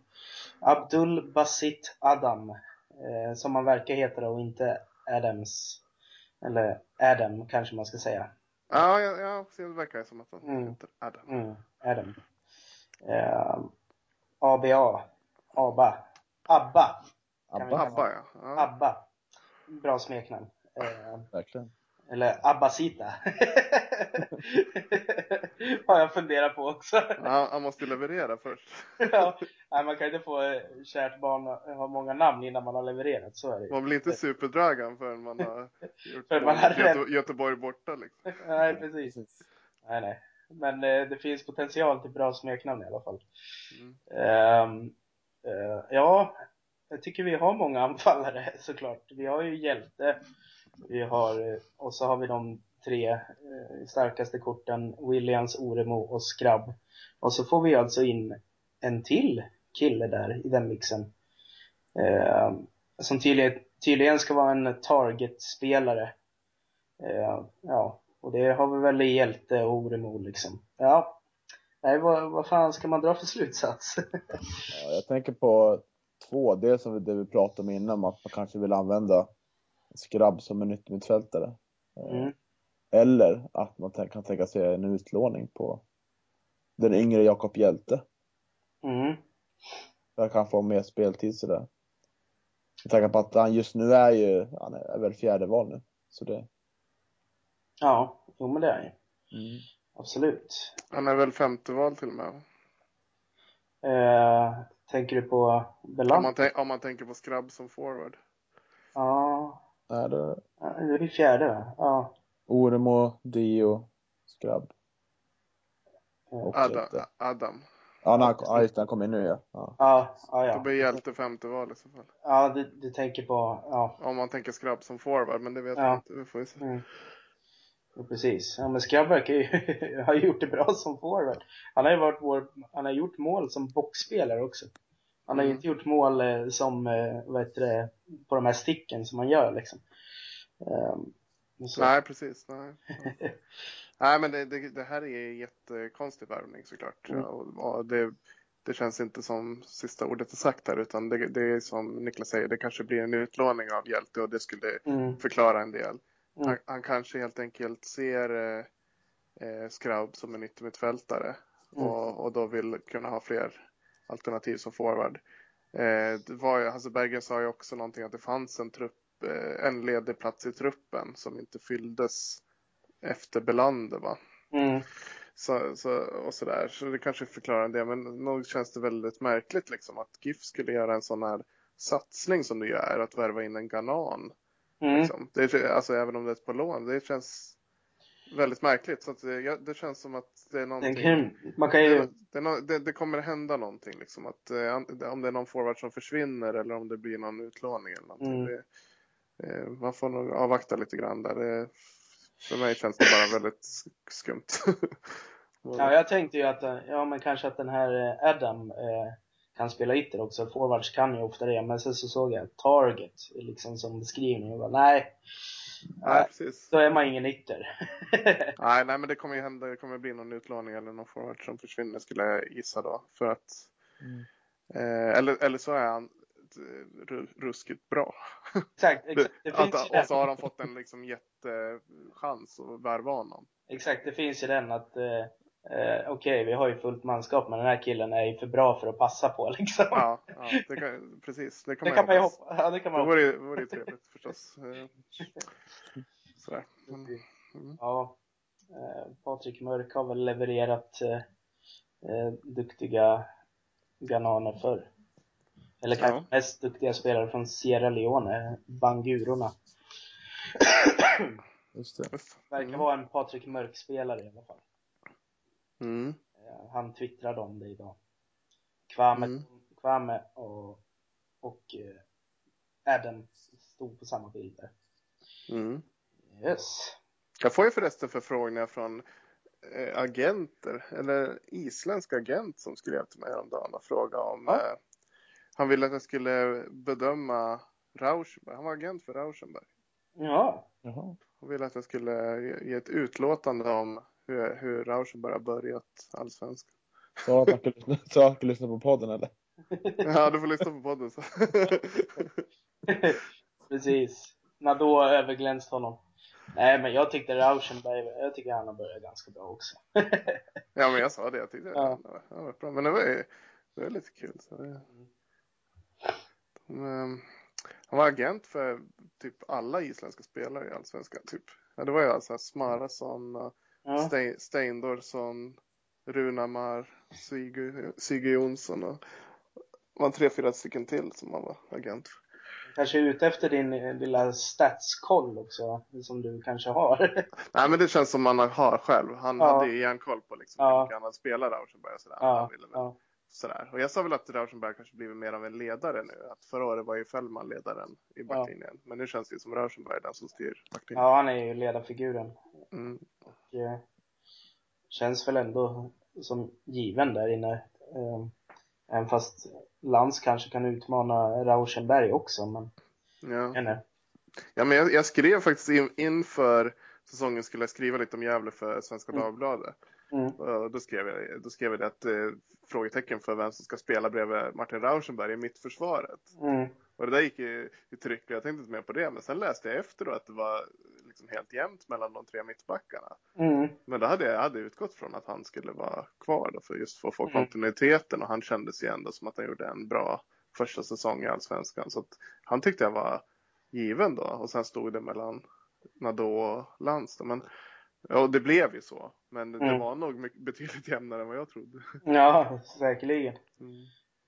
Abdul Basit Adam. Eh, som man verkar heta då, och inte Adams. Eller Adam kanske man ska säga. Ja, ja, ja, det verkar som att han Mm. heter Adam. Mm, Adam. Eh, A B A. Abba. Abba. Kan vi Abba. kalla Abba, ja. ja. Abba. Bra smeknamn. Eh, Verkligen. eller Abbasita. Har jag funderat på också. Ja, han måste ju leverera först. Ja, nej, man kan inte få eh, kärt barn ha många namn innan man har levererat, så är det. Man blir inte superdragen förrän man har gjort För man mål har mot rätt. Göte- Göteborg borta liksom. Nej, precis. Nej, nej. Men eh, det finns potential till bra smeknamn i alla fall. Mm. Um, uh, ja, jag tycker vi har många anfallare såklart. Vi har ju Hjälte, vi har, och så har vi de tre eh, starkaste korten, Williams, Oremo och Skrabb. Och så får vi alltså in en till kille där i den mixen. Eh, som tydligen, tydligen ska vara en target-spelare. Eh, ja, och det har vi väl i Hjälte och Oremo liksom. Ja, nej, vad, vad fan ska man dra för slutsats? Ja, jag tänker på två, det som det vi pratade om innan, att man kanske vill använda Skrabb som en yttermittfältare. Mm. Eller att man kan tänka sig en utlåning på den yngre Jakob Hjälte. Mm. Jag kan få mer speltid sådär. Jag tänker på att han just nu är ju, han är väl fjärde val nu. Så det... Ja, jo men det är ju. Mm. Absolut. Han är väl femte val till och med. Eh, tänker du på Belan? Om man, tänk, om man tänker på Skrabb som forward. Ja, Nej, det... det är fjärde va? Ja. Oremo, Dio, Skrabb. Och Adam. Hjälte. Adam. Ja, när han, ja, just det, han kom in nu, ja. Ja, Ja, ja, ja. Då blir Hjälte femte val i så fall. Ja, du, du tänker på, ja. Om man tänker Skrabb som forward, men det vet Ja. jag inte. Vi får ju se. Mm. Ja, precis. Ja, men Skrabb verkar ju har gjort det bra som forward. Han har ju varit vår, han har gjort mål som boxspelare också. Han har ju Mm. inte gjort mål eh, som, eh, vad heter det, på de här sticken som man gör liksom. Um, så. Nej, precis. Nej, nej men det, det, det här är jättekonstig värvning såklart. Mm. Ja, och, och det, det känns inte som sista ordet är sagt här, utan det, det är som Niklas säger, det kanske blir en utlåning av Hjälte och det skulle Mm. förklara en del. Mm. Han, han kanske helt enkelt ser eh, eh, Skrabb som en yttermittfältare Mm. och, och då vill kunna ha fler alternativ som forward. Eh, det var ju, Hasse Bergen sa ju också någonting att det fanns en trupp, eh, en ledig plats i truppen som inte fylldes efter Belander, va? Mm. Så, så, och sådär. Så det kanske förklarar en del, men nog känns det väldigt märkligt liksom att GIF skulle göra en sån här satsning som du gör, att värva in en Ganan. Mm. Liksom. Det är, alltså även om det är på lån, det känns väldigt märkligt. Så att det, det känns som att det är någonting, Kan, man kan ju... det, det, det, det kommer hända någonting liksom. Att, eh, om det är någon forward som försvinner eller om det blir någon utlåning eller någonting. Mm. Det, eh, man får nog avvakta lite grann där. Det, för mig känns det bara väldigt skumt. Ja, jag tänkte ju att, ja men kanske att den här Adam eh, kan spela ytter också. Forwards kan ju ofta det, men sen så såg jag target liksom som beskrivning och bara, nej, Nej, precis. då är man ingen ytter. nej, nej, men det kommer ju hända, det kommer bli någon utlåning eller någon forward som försvinner skulle jag gissa då. För att, mm. eh, eller, eller så är han ruskigt bra. Exakt, exakt. Det finns att, och så har de fått en liksom jättechans att värva honom. Exakt, det finns ju den att eh, eh, okej, okay, vi har ju fullt manskap, men den här killen är ju för bra för att passa på liksom. Ja, ja det kan, precis. Det kan, det man, kan man ju hoppas. hoppa. Ja, det kan man det vore ju, vore ju trevligt förstås. Sådär. Men, mm. Ja, eh, Patrik Mörk har väl levererat eh, eh, duktiga Gananer förr. Eller kanske Ja. mest duktiga spelare från Sierra Leone, Bangurorna. Just det. Verkar Mm. vara en Patrik Mörk-spelare i alla fall. Mm. Eh, han twittrade om det idag. Kwame, Mm. Kwame och, och eh, Adam stod på samma bilder. Mm. Yes. Jag får ju förresten förfrågningar från eh, agenter, eller isländsk agent som skrev till mig häromdagen och frågade om Ja. eh, han ville att jag skulle bedöma Rauschenberg. Han var agent för Rauschenberg. Ja. Jaha. Han ville att jag skulle ge ett utlåtande om hur, hur Rauschenberg har börjat allsvenskan. Så att man kan lyssna, så att man kan lyssna på podden eller? Ja, du får lyssna på podden så. Precis. När då överglänst honom. Nej, men jag tyckte Rauschenberg, jag tycker han har börjat ganska bra också. Ja, men jag sa det. Jag tyckte Ja. det var, det var bra. Men det var ju det var lite kul. Så det, men, han var agent för typ alla isländska spelare i allsvenskan. Typ. Ja, det var ju alltså Smarason, Ja. Ste- Steindorsson, Runamar, Sigge, Sigge Jonsson och det var tre, fyra stycken till som han var agent för. Kanske ute efter din lilla statskoll också, som du kanske har. Nej, men det känns som man har själv. Han Ja. hade ju järnkoll på liksom Ja. hur mycket han hade spelat Rauschenberg och sådär. Ja. Han ville väl Ja. sådär. Och jag sa väl att Rauschenberg kanske blivit mer av en ledare nu. Att förra året var ju Fällman ledaren i backlinjen. Ja. Men nu känns det som Rauschenberg den som styr backlinjen. Ja, han är ju ledarfiguren. Mm. Och eh, känns väl ändå som given där inne. Eh, även fast Lantz kanske kan utmana Rauschenberg också. Men, ja. Ännu. Ja, men jag, jag skrev faktiskt in, inför säsongen skulle jag skriva lite om Gävle för Svenska Mm. Dagbladet. Mm. Och då skrev jag, då skrev jag det att eh, frågetecken för vem som ska spela bredvid Martin Rauschenberg i mittförsvaret. Mm. Och det där gick i, i tryck och jag tänkte inte mer på det. Men sen läste jag efter då att det var liksom helt jämnt mellan de tre mittbackarna. Mm. Men då hade jag hade utgått från att han skulle vara kvar då för just för att få Mm. kontinuiteten. Och han kändes ju ändå som att han gjorde en bra första säsong i Allsvenskan. Så att han tyckte jag var given då. Och sen stod det mellan Nadeau och Lantz då. Men ja, det blev ju så. Men det Mm. var nog mycket, betydligt jämnare än vad jag trodde. Ja, säkerligen. Mm.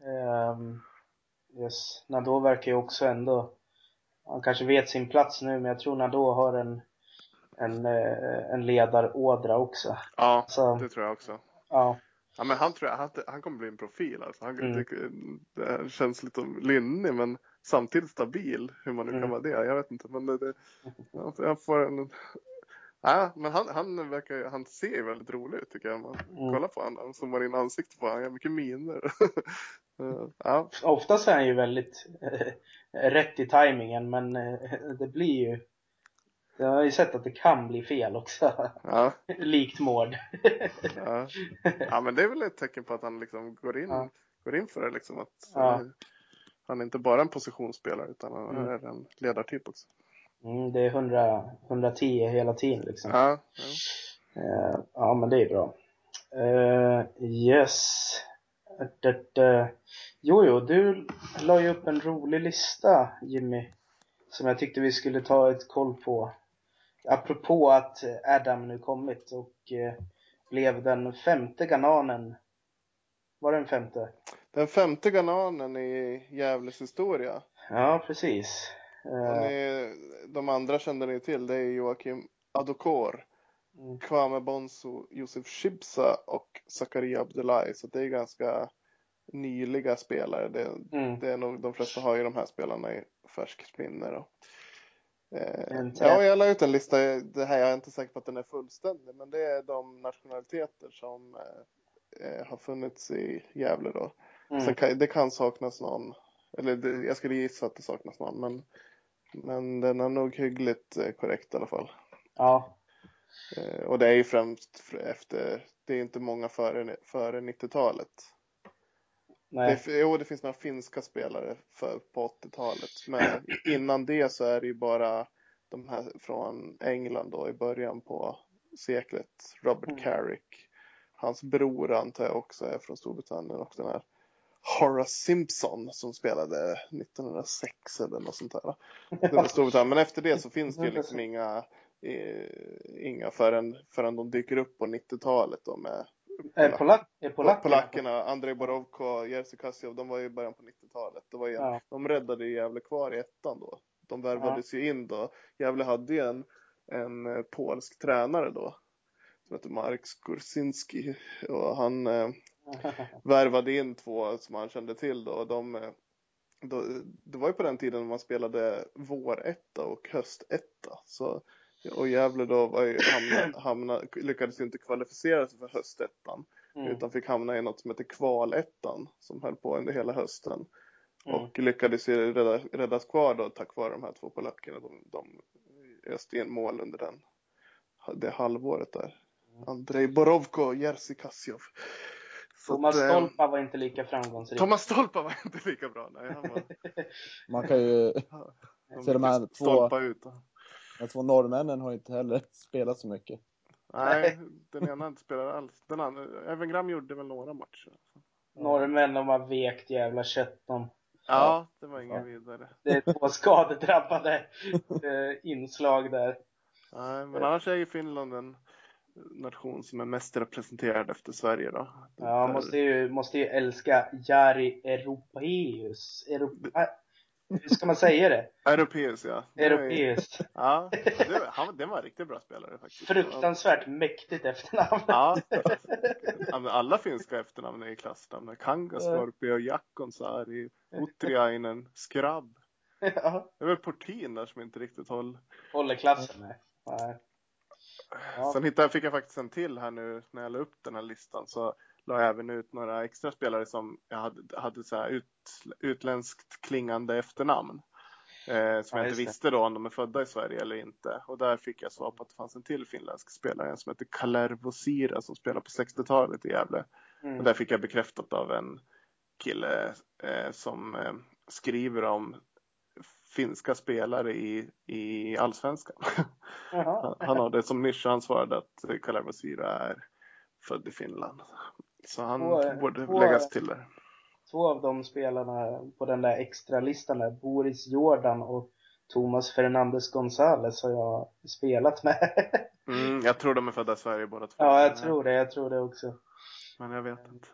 Um, yes. Nadeau verkar ju också ändå, han kanske vet sin plats nu, men jag tror Nadeau har en en, en ledarådra också. Ja, så, det tror jag också. Ja. Ja, men han tror jag, han, han kommer bli en profil alltså. Han, Mm. det, det känns lite lynnig men samtidigt stabil. Hur man nu Mm. kan vara det, jag vet inte. Men det, det, jag får en... Ja, men han, han, verkar, han ser väldigt rolig ut tycker jag. Man Mm. kollar på honom, han zoomar in ansiktet på honom. Han har mycket miner. Ja. Oftast är han ju väldigt äh, rätt i tajmingen, men äh, det blir ju, jag har ju sett att det kan bli fel också. Ja. Likt Mård. Ja. Ja, men det är väl ett tecken på att han liksom går in, Ja. går in för det liksom. Att Ja. uh, han är inte bara en positionsspelare utan han Mm. är en ledartyp också. Mm, det är hundra, hundratio hela tiden liksom. Ja, ja. Uh, ja, men det är bra. Uh, yes. Det, det. Jo, jo, du la ju upp en rolig lista, Jimmy, som jag tyckte vi skulle ta ett koll på. Apropå att Adam nu kommit och eh, blev den femte ghananen. Var det den femte? Den femte ghananen i Gävles historia. Ja, precis. Och Uh, ni, de andra kände ni till. Det är Joakim Adokor, mm, Kwame Bonsu, Josef Shibsa och Zakaria Abdullahi. Så det är ganska nyliga spelare. Det, mm, det är nog, de flesta har ju de här spelarna i färskt minne då. Eh, en ja, jag la ut en lista. Det här jag är inte säker på att den är fullständig. Men det är de nationaliteter som eh, har funnits i Gävle då. mm, Sen kan, det kan saknas någon. Eller det, jag skulle gissa att det saknas någon. Men, men den är nog hyggligt eh, korrekt i alla fall. ja. Eh, och det är ju främst efter. Det är inte många före, före nittiotalet. Nej. Det, jo, det finns några finska spelare för, på åttiotalet. Men innan det så är det ju bara de här från England då i början på seklet. Robert Mm. Carrick. Hans bror antar jag också är från Storbritannien. Och den här Horace Simpson som spelade nittonhundrasex eller något sånt där. Det var Storbritannien. Men efter det så finns det ju liksom inga, eh, inga förrän, förrän de dyker upp på nittiotalet då med Är Polack, är polackerna? polackerna, Andrei Borovko, Jerzy Kassiov, de var ju i början på nittiotalet. Det var ju en, Ja. de räddade ju Gävle kvar i ettan då. De värvades ja. ju in då. Gävle hade ju en, en polsk tränare då. Som heter Marek Skursinski. Och han eh, värvade in två som han kände till då. Och de, då. Det var ju på den tiden man spelade våretta och höstetta. Så, och Gävle då var ju hamna, hamna, lyckades ju inte kvalificera sig för höstettan. Mm. Utan fick hamna i något som heter kvalettan. Som höll på under hela hösten. Mm. Och lyckades ju rädda, räddas kvar då tack vare de här två polackerna. De, de öste in mål under den, det halvåret där. Mm. Andrei Borovko och Jerzy Kassiov. Thomas att, Stolpa var inte lika framgångsrik. Thomas Stolpa var inte lika bra. Nej, han var... Man kan ju se de här två, ut. de två norrmännen har inte heller spelat så mycket. Nej, den ena inte spelade alls. Den andra, Evan Gram gjorde väl några matcher. Norrmän, de har vekt jävla kött om. Ja, det var ingen vidare. Det är två skadedrabbade eh, inslag där. Nej, men annars är ju Finland en nation som är mest representerad efter Sverige då. Ja, där... måste ju, måste ju älska Jari Europeus. Europa... hur ska man säga det? Europeus, ja. Det är- Europeiskt. Ja, det, han, det var en riktigt bra spelare faktiskt. Fruktansvärt mäktigt efternamn. Ja, ja, men alla finska efternamn är i klassnamn. Kangasnorpi och Jakkonsaari, Utriainen, Skrabb. Ja. Det är väl Portin där som inte riktigt håller. Håller klassen med. Nej. Ja. Sen hittade, fick jag faktiskt en till här nu när jag la upp den här listan, så la jag även ut några extra spelare som jag hade, hade så här ut, utländskt klingande efternamn. Eh, som Ja, jag inte just det. visste då om de är födda i Sverige eller inte. Och där fick jag svar på att det fanns en till finländsk spelare som heter Kalervo Sira som spelar på sextiotalet i Gävle. Mm. Och där fick jag bekräftat av en kille eh, som eh, skriver om finska spelare i, i Allsvenskan. Jaha. han, han har det som nisch, han svarade att Kalervo Sira är född i Finland. Så han Två- borde två- läggas till där. Två av de spelarna på den där extra listan där, Boris Jordan och Thomas Fernandes Gonzales, har jag spelat med. Mm, jag tror de är födda i Sverige båda två. Ja, jag tror det, jag tror det också. Men jag vet inte.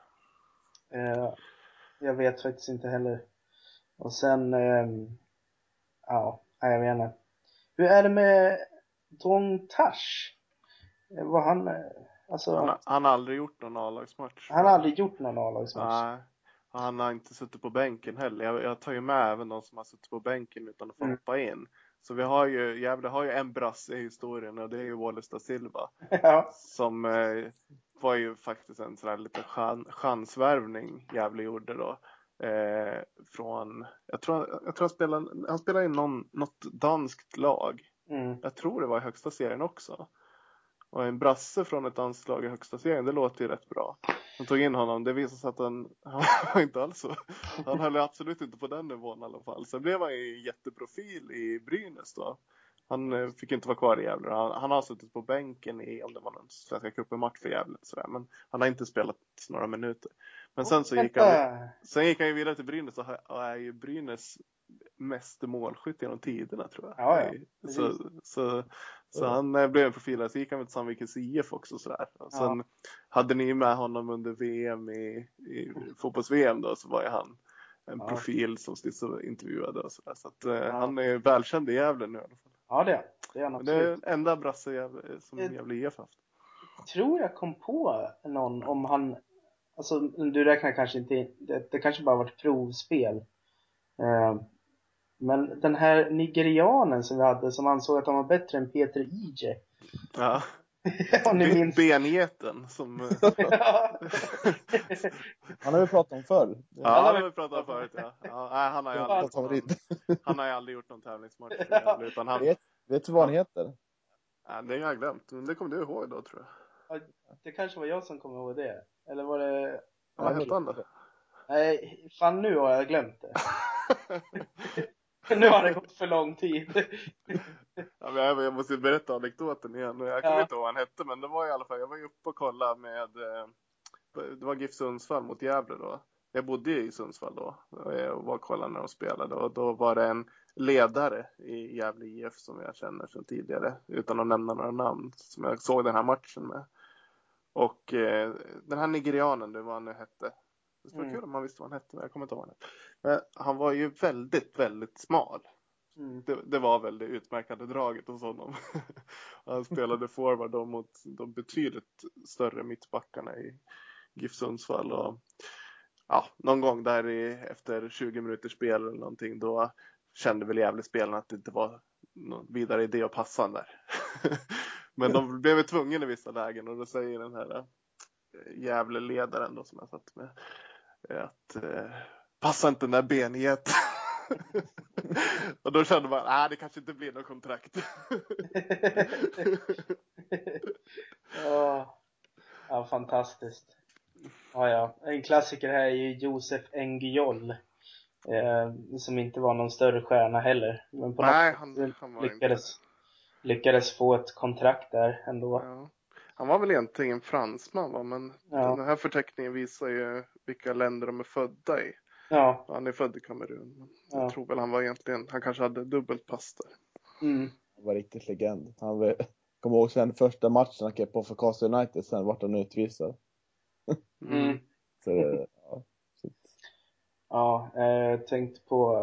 Eh, jag vet faktiskt inte heller. Och sen, ehm, ja, nej, jag vet inte. Hur är det med Dong Tash? Eh, Var han, eh, alltså, Han, han, har- han har aldrig gjort någon A-lagsmatch. har aldrig gjort någon A-lagsmatch. Nej. Han har inte suttit på bänken heller. Jag, jag tar ju med även de som har suttit på bänken utan att få Mm. hoppa in. Så vi har ju, Gävle har ju en brasse i historien och det är ju Wallace da Silva. Ja. Som eh, var ju faktiskt en sån här liten chan, chansvärvning Gävle gjorde då. Eh, från, jag tror, jag tror han spelade, han spelade i någon, något danskt lag. Mm. Jag tror det var i högsta serien också. Och en brasse från ett anslag i högsta serien, det låter ju rätt bra. De tog in honom, det visade sig att han, han var inte alls så. Han höll absolut inte på den nivån i alla fall. Sen blev han ju jätteprofil i Brynäs då. Han eh, fick inte vara kvar i Gävle. Han, han har suttit på bänken i, om det var någon Svenska cupen-match för Gävle. Sådär. Men han har inte spelat några minuter. Men sen så gick han, sen gick han ju vidare till Brynäs och och är ju Brynäs mest målskytt genom tiderna tror jag. Ja, ja. Så, så, så han eh, blev en profil där. Så gick han med Sandvikens I F också sådär. Och sen Ja. hade ni med honom under V M i, i fotbolls-V M då, så var ju han en Ja. profil som Stisse intervjuade och sådär. Så att eh, Ja. han är välkänd i Gävle nu i alla fall. Ja, det är det är han Men det är absolut. den enda brasse Gävle, som Eh. Gävle I F haft. Tror jag kom på någon om han, alltså du räknar kanske inte in, det, det kanske bara varit provspel. Eh, men den här nigerianen som vi hade som ansåg att han var bättre än Peter Ije. Ja. Om ni Be- minns. Benjeten som... Ja. Han har vi pratat om förr. Ja, han har vi pratat om förut, ja. Ja, nej, han har ju Ja, aldrig, favorit. han, han har ju aldrig gjort någon tävlingsmatch för Gävle, utan han... Vet, vet du vad han heter? Ja, det har jag glömt, men det kommer du ihåg då, tror jag. Ja, det kanske var jag som kom ihåg det. Eller var det... Vad hette han då? Nej, fan nu har jag glömt det. Nu har det gått för lång tid. Ja, men jag, jag måste berätta anekdoten igen. Jag kommer Ja. inte ihåg vad han hette, men det var i alla fall, jag var ju uppe och kollade med, eh, det var GIF Sundsvall mot Gävle då. Jag bodde i Sundsvall då och var och kollade när de spelade, och då var det en ledare i Gävle I F som jag känner sedan tidigare, utan att nämna några namn, som jag såg den här matchen med. Och eh, den här nigerianen, det var han nu hette. Det skulle vara Mm. kul om man visste vad han hette, men jag kommer inte ihåg det. Men han var ju väldigt, väldigt smal. Mm. Det, det var väl det utmärkande draget hos honom. Han spelade forward då mot de betydligt större mittbackarna i GIF Sundsvall. Och ja, någon gång där i, efter tjugo minuters spel eller någonting, då kände väl Gävle spelarna att det inte var någon vidare idé att passa han där. Men de blev tvungna i vissa lägen, och då säger den här Gävle-ledaren då som jag satt med att eh, passa inte den där Benjet. Och då kände man, nej, det kanske inte blir någon kontrakt. Ja, ja, fantastiskt. Ja, ja. En klassiker här är ju Josef Engiol. Eh, som inte var någon större stjärna heller. Men på Nej, något han, sätt han var lyckades, inte. lyckades få ett kontrakt där ändå. Ja. Han var väl egentligen fransman, va? Men Ja. den här förteckningen visar ju vilka länder de är födda i. Ja. Han är född i Kamerun. Men Ja. jag tror väl han var egentligen, han kanske hade dubbelt pass där. Mm. Han var riktigt legend. Han var, kom ihåg sen första matchen han klev på för Castle United, sen vart han utvisad. Mm. Mm. Så, ja. Så. Ja, jag tänkte på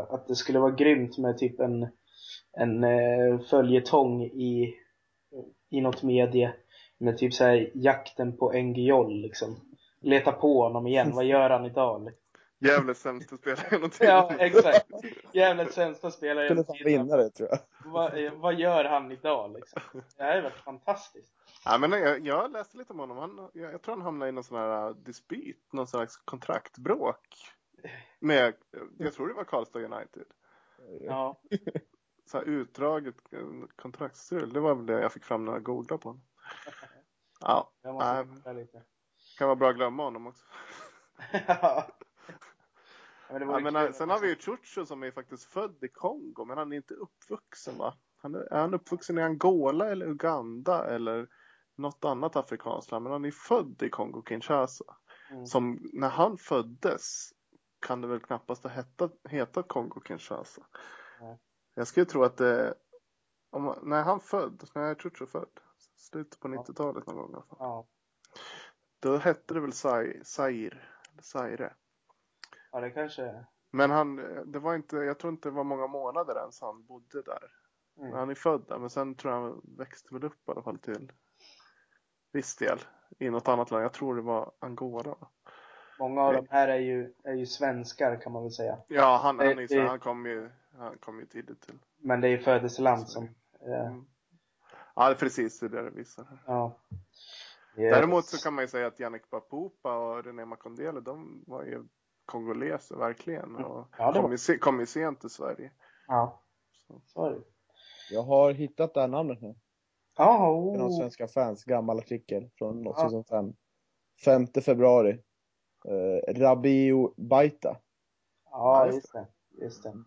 att det skulle vara grymt med typ en, en eh, följetong i, i något medie med typ så här jakten på Engiol liksom. Leta på honom igen, vad gör han idag? Jävligt sämsta spelare genom tiden. Ja, exakt. Jävligt sämsta spelare Skulle genom fan tiden. vinna det, tror jag. Vad, vad gör han idag liksom? Det här är väl fantastiskt. Ja, men jag, jag läste lite om honom. Han, jag, jag tror han hamnade i någon sån här dispyt, någon slags kontraktbråk med, jag tror det var Karlstad United. Ja. Så här utdraget kontraktsstrul. Det var väl det jag fick fram när jag googlade på honom. Ja, Jag måste äh, titta lite. kan vara bra att glömma honom också. Ja. Men det var Ja, ju men, kul sen också. har vi ju Chucho som är faktiskt född i Kongo, men han är inte uppvuxen, va? Han är, är han uppvuxen i Angola eller Uganda eller något annat afrikanskt land? Men han är född i Kongo Kinshasa. Mm. Som när han föddes kan det väl knappast ha hetat, hetat Kongo Kinshasa. Nej. Jag skulle tro att det, om, när han född, när är Chucho född? Slutet på Ja. nittiotalet någon gång i alla fall. Ja. Då hette det väl Zaire, Zaire, Zaire. Ja, det kanske. Men han, det var inte, jag tror inte det var många månader ens han bodde där. Mm. Han är född där, men sen tror jag han växte väl upp i alla fall till viss del i något annat land. Jag tror det var Angola. Många av de här är ju, är ju svenskar kan man väl säga. Ja, han, han, Det- är, så- det- han kom ju han kom ju tidigt till. Men det är ju födelseland som. Eh, Mm. Ja, det är precis det där det visar här. ja. Yes. Däremot så kan man ju säga att Yannick Bapupa och René Makondele, de var ju kongoleser verkligen. Och Ja, det var- kom, ju se, kom ju sent till Sverige. Ja. Så. Så är det. Jag har hittat det här namnet nu. Ja, Det är någon oh. svenska fans gammal artikel från Ja. tjugohundrafem. femte februari. Eh, Rabiu Baita. Ja, Ja, just just det. Just det.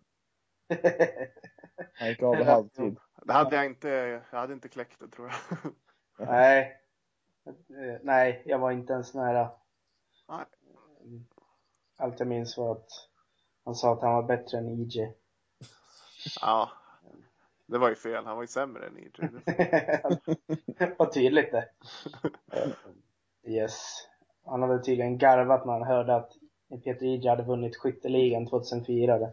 Han gick av i halvtid. Det hade jag inte, jag hade inte kläckt det, tror jag. Nej. Eh, Nej, jag var inte ens nära. Nej. Allt jag minns var att han sa att han var bättre än E J. Ja, det var ju fel. Han var ju sämre än E J. Vad tydligt det. Yes. Han hade tydligen garvat när han hörde att Peter E J hade vunnit skytteligan tjugohundrafyra.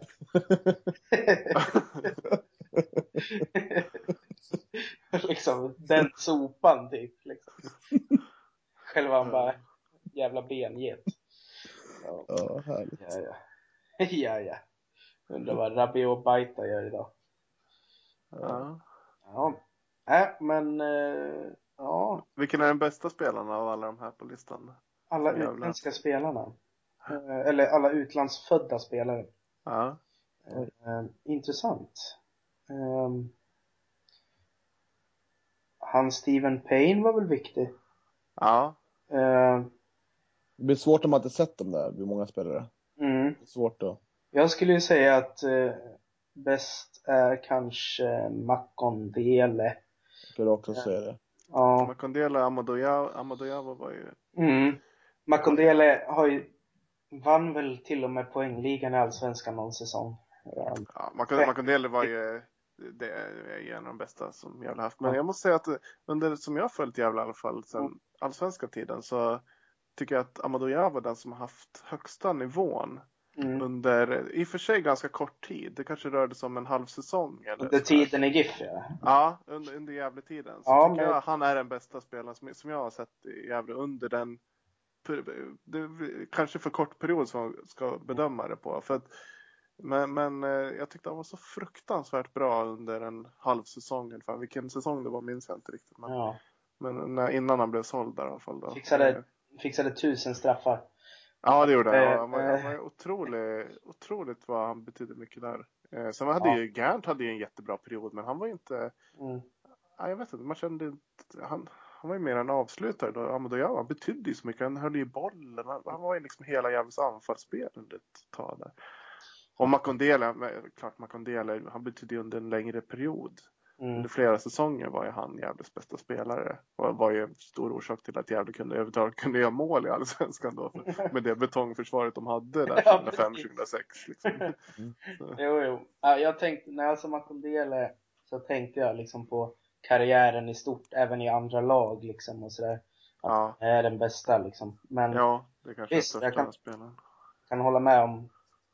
Liksom den sopan typ. Liksom. Själv var han bara jävla benget. Ja, Ja, härligt. ja. Ja, ja. ja. Undrar vad Rabiu Baita gör idag. Ja. Ja. Äh, men äh, ja. Vilken är den bästa spelaren av alla de här på listan? Alla Jävlar. utländska spelarna. Äh, eller alla utlandsfödda spelare. Ja. Äh, intressant. Um, han Steven Payne var väl viktig. Ja. Uh, Det blir svårt om man inte sett dem där. Det blir många spelare. mm. Det är svårt då. Jag skulle ju säga att uh, bäst är kanske Makondele. Jag skulle också säga det. Ja. Makondele och Amadou var ju... Mm. Makondele har ju vann väl till och med poängligan i Allsvenskan någon säsong. Ja. Ja, Makondele var ju... Det är en av de bästa som jag har haft. Men jag måste säga att under, som jag har följt Gävle i alla fall sen allsvenska tiden, så tycker jag att Amadou var den som har haft högsta nivån. Mm. Under, i och för sig ganska kort tid. Det kanske rörde sig om en halv säsong. Eller Under tiden i GIF, ja. Ja, under, under Gävle-tiden. Så Ja, tycker men... jag han är den bästa spelaren som, som jag har sett i Gävle under den... Det, kanske för kort period som man ska bedöma det på. För att, men, men jag tyckte han var så fruktansvärt bra under en halv säsong ungefär. Vilken säsong det var minns jag inte riktigt. Men, ja. men när, innan han blev såld där i alla fall. Då. Fixade, fixade tusen straffar. Ja, det gjorde han. Äh, Han var, han var otroligt, otroligt vad han betydde mycket där. Eh, sen hade ja. ju Gärnt hade ju en jättebra period, men han var ju inte... Mm. Ja, jag vet inte, man kände inte... Han, han var ju mer en avslutare då. Amadou Diallo, han betydde ju så mycket. Han höll ju bollen. Han, han var ju liksom hela Gävles anfallsspel under ett tag där. Och Makondele, klart Makondele, han betydde ju under en längre period. Mm. Under flera säsonger var ju han Gävles bästa spelare. Och var ju en stor orsak till att Gävle kunde överhuvudtaget kunde göra mål i Allsvenskan då. För, med det betongförsvaret de hade där tjugohundrafem tjugohundrasex. Liksom. Mm. Jo, jo. Ja, jag tänkte, när jag sa Makondele så tänkte jag liksom på karriären i stort, även i andra lag liksom och sådär. Att Ja. är den bästa liksom. Men Ja, det kanske visst, är jag största kan, spelaren. kan hålla med om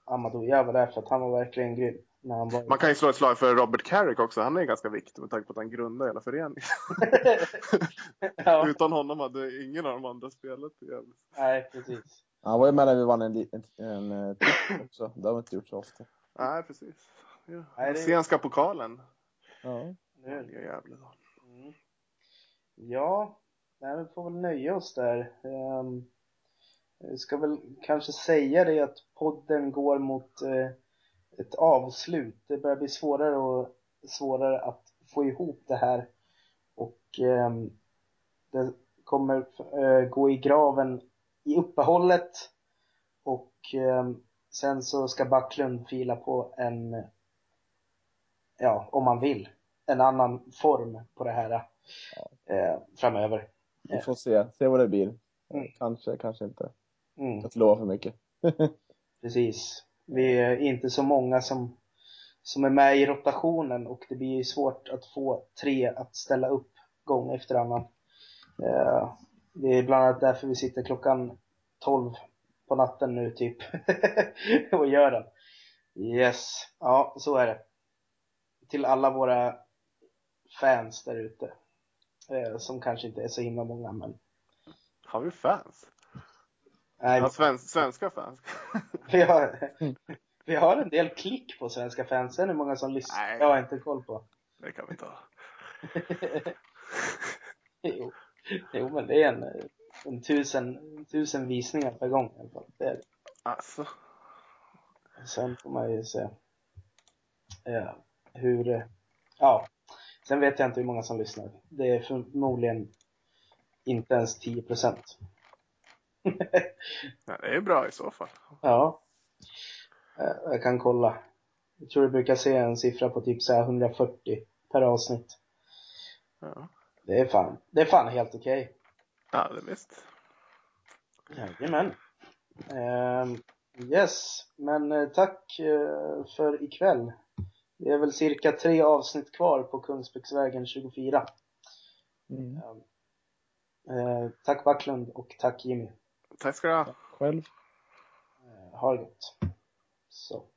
Amadou Diawara där, för att han var verkligen grym när han var. Man kan ju slå ett slag för Robert Carrick också. Han är ganska viktig med tanke på att han grundade hela föreningen. Ja. Utan honom hade ingen av de andra spelat igen. Nej, precis. Han var ju med när vi vann en, li- en, en, en titel också. Det har vi inte gjort så ofta. Nej, precis. Ja. Nej, det- Svenska pokalen. Ja. Nu. Ja, jävlar då. Mm. Ja, nej, vi får väl nöja oss där. Um, jag ska väl kanske säga det att podden går mot uh, ett avslut. Det börjar bli svårare och svårare att få ihop det här. Och um, det kommer uh, gå i graven i uppehållet. Och um, sen så ska Backlund fila på en, ja, om man vill, en annan form på det här uh, framöver. Vi får se. Se vad det blir. Mm. Kanske, kanske inte. Mm. Jag lovar för mycket. Precis. Vi är inte så många som, som är med i rotationen, och det blir svårt att få tre att ställa upp gång efter annan. Eh, det är bland annat därför vi sitter klockan tolv på natten nu typ och gör den. Yes, ja, så är det. Till alla våra fans där ute, eh, som kanske inte är så himla många, men Har vi fans? nej, Ja, svensk, svenska fans. vi har, vi har en del klick på svenska fans. Sen hur många som lyssnar, Nej. jag har inte koll på. Det kan vi ta. jo, jo, men det är en, en tusen, tusen visningar per gång i alla fall. Det är det. Alltså. Sen får man ju se ja, hur, ja, sen vet jag inte hur många som lyssnar. Det är förmodligen inte ens tio procent. Ja, det är bra i så fall. Ja, jag kan kolla. Jag tror jag brukar se en siffra på typ så här hundrafyrtio per avsnitt. Ja, Det är fan, det är fan helt okej. ja det är visst. Jajamän. Um, yes, men uh, tack uh, för ikväll. Det är väl cirka tre avsnitt kvar på Kungsbäcksvägen tjugofyra. Mm. Um, uh, tack Backlund och tack Jimmy. Tack ska du ha. Själv. Uh, ha det gott. Så.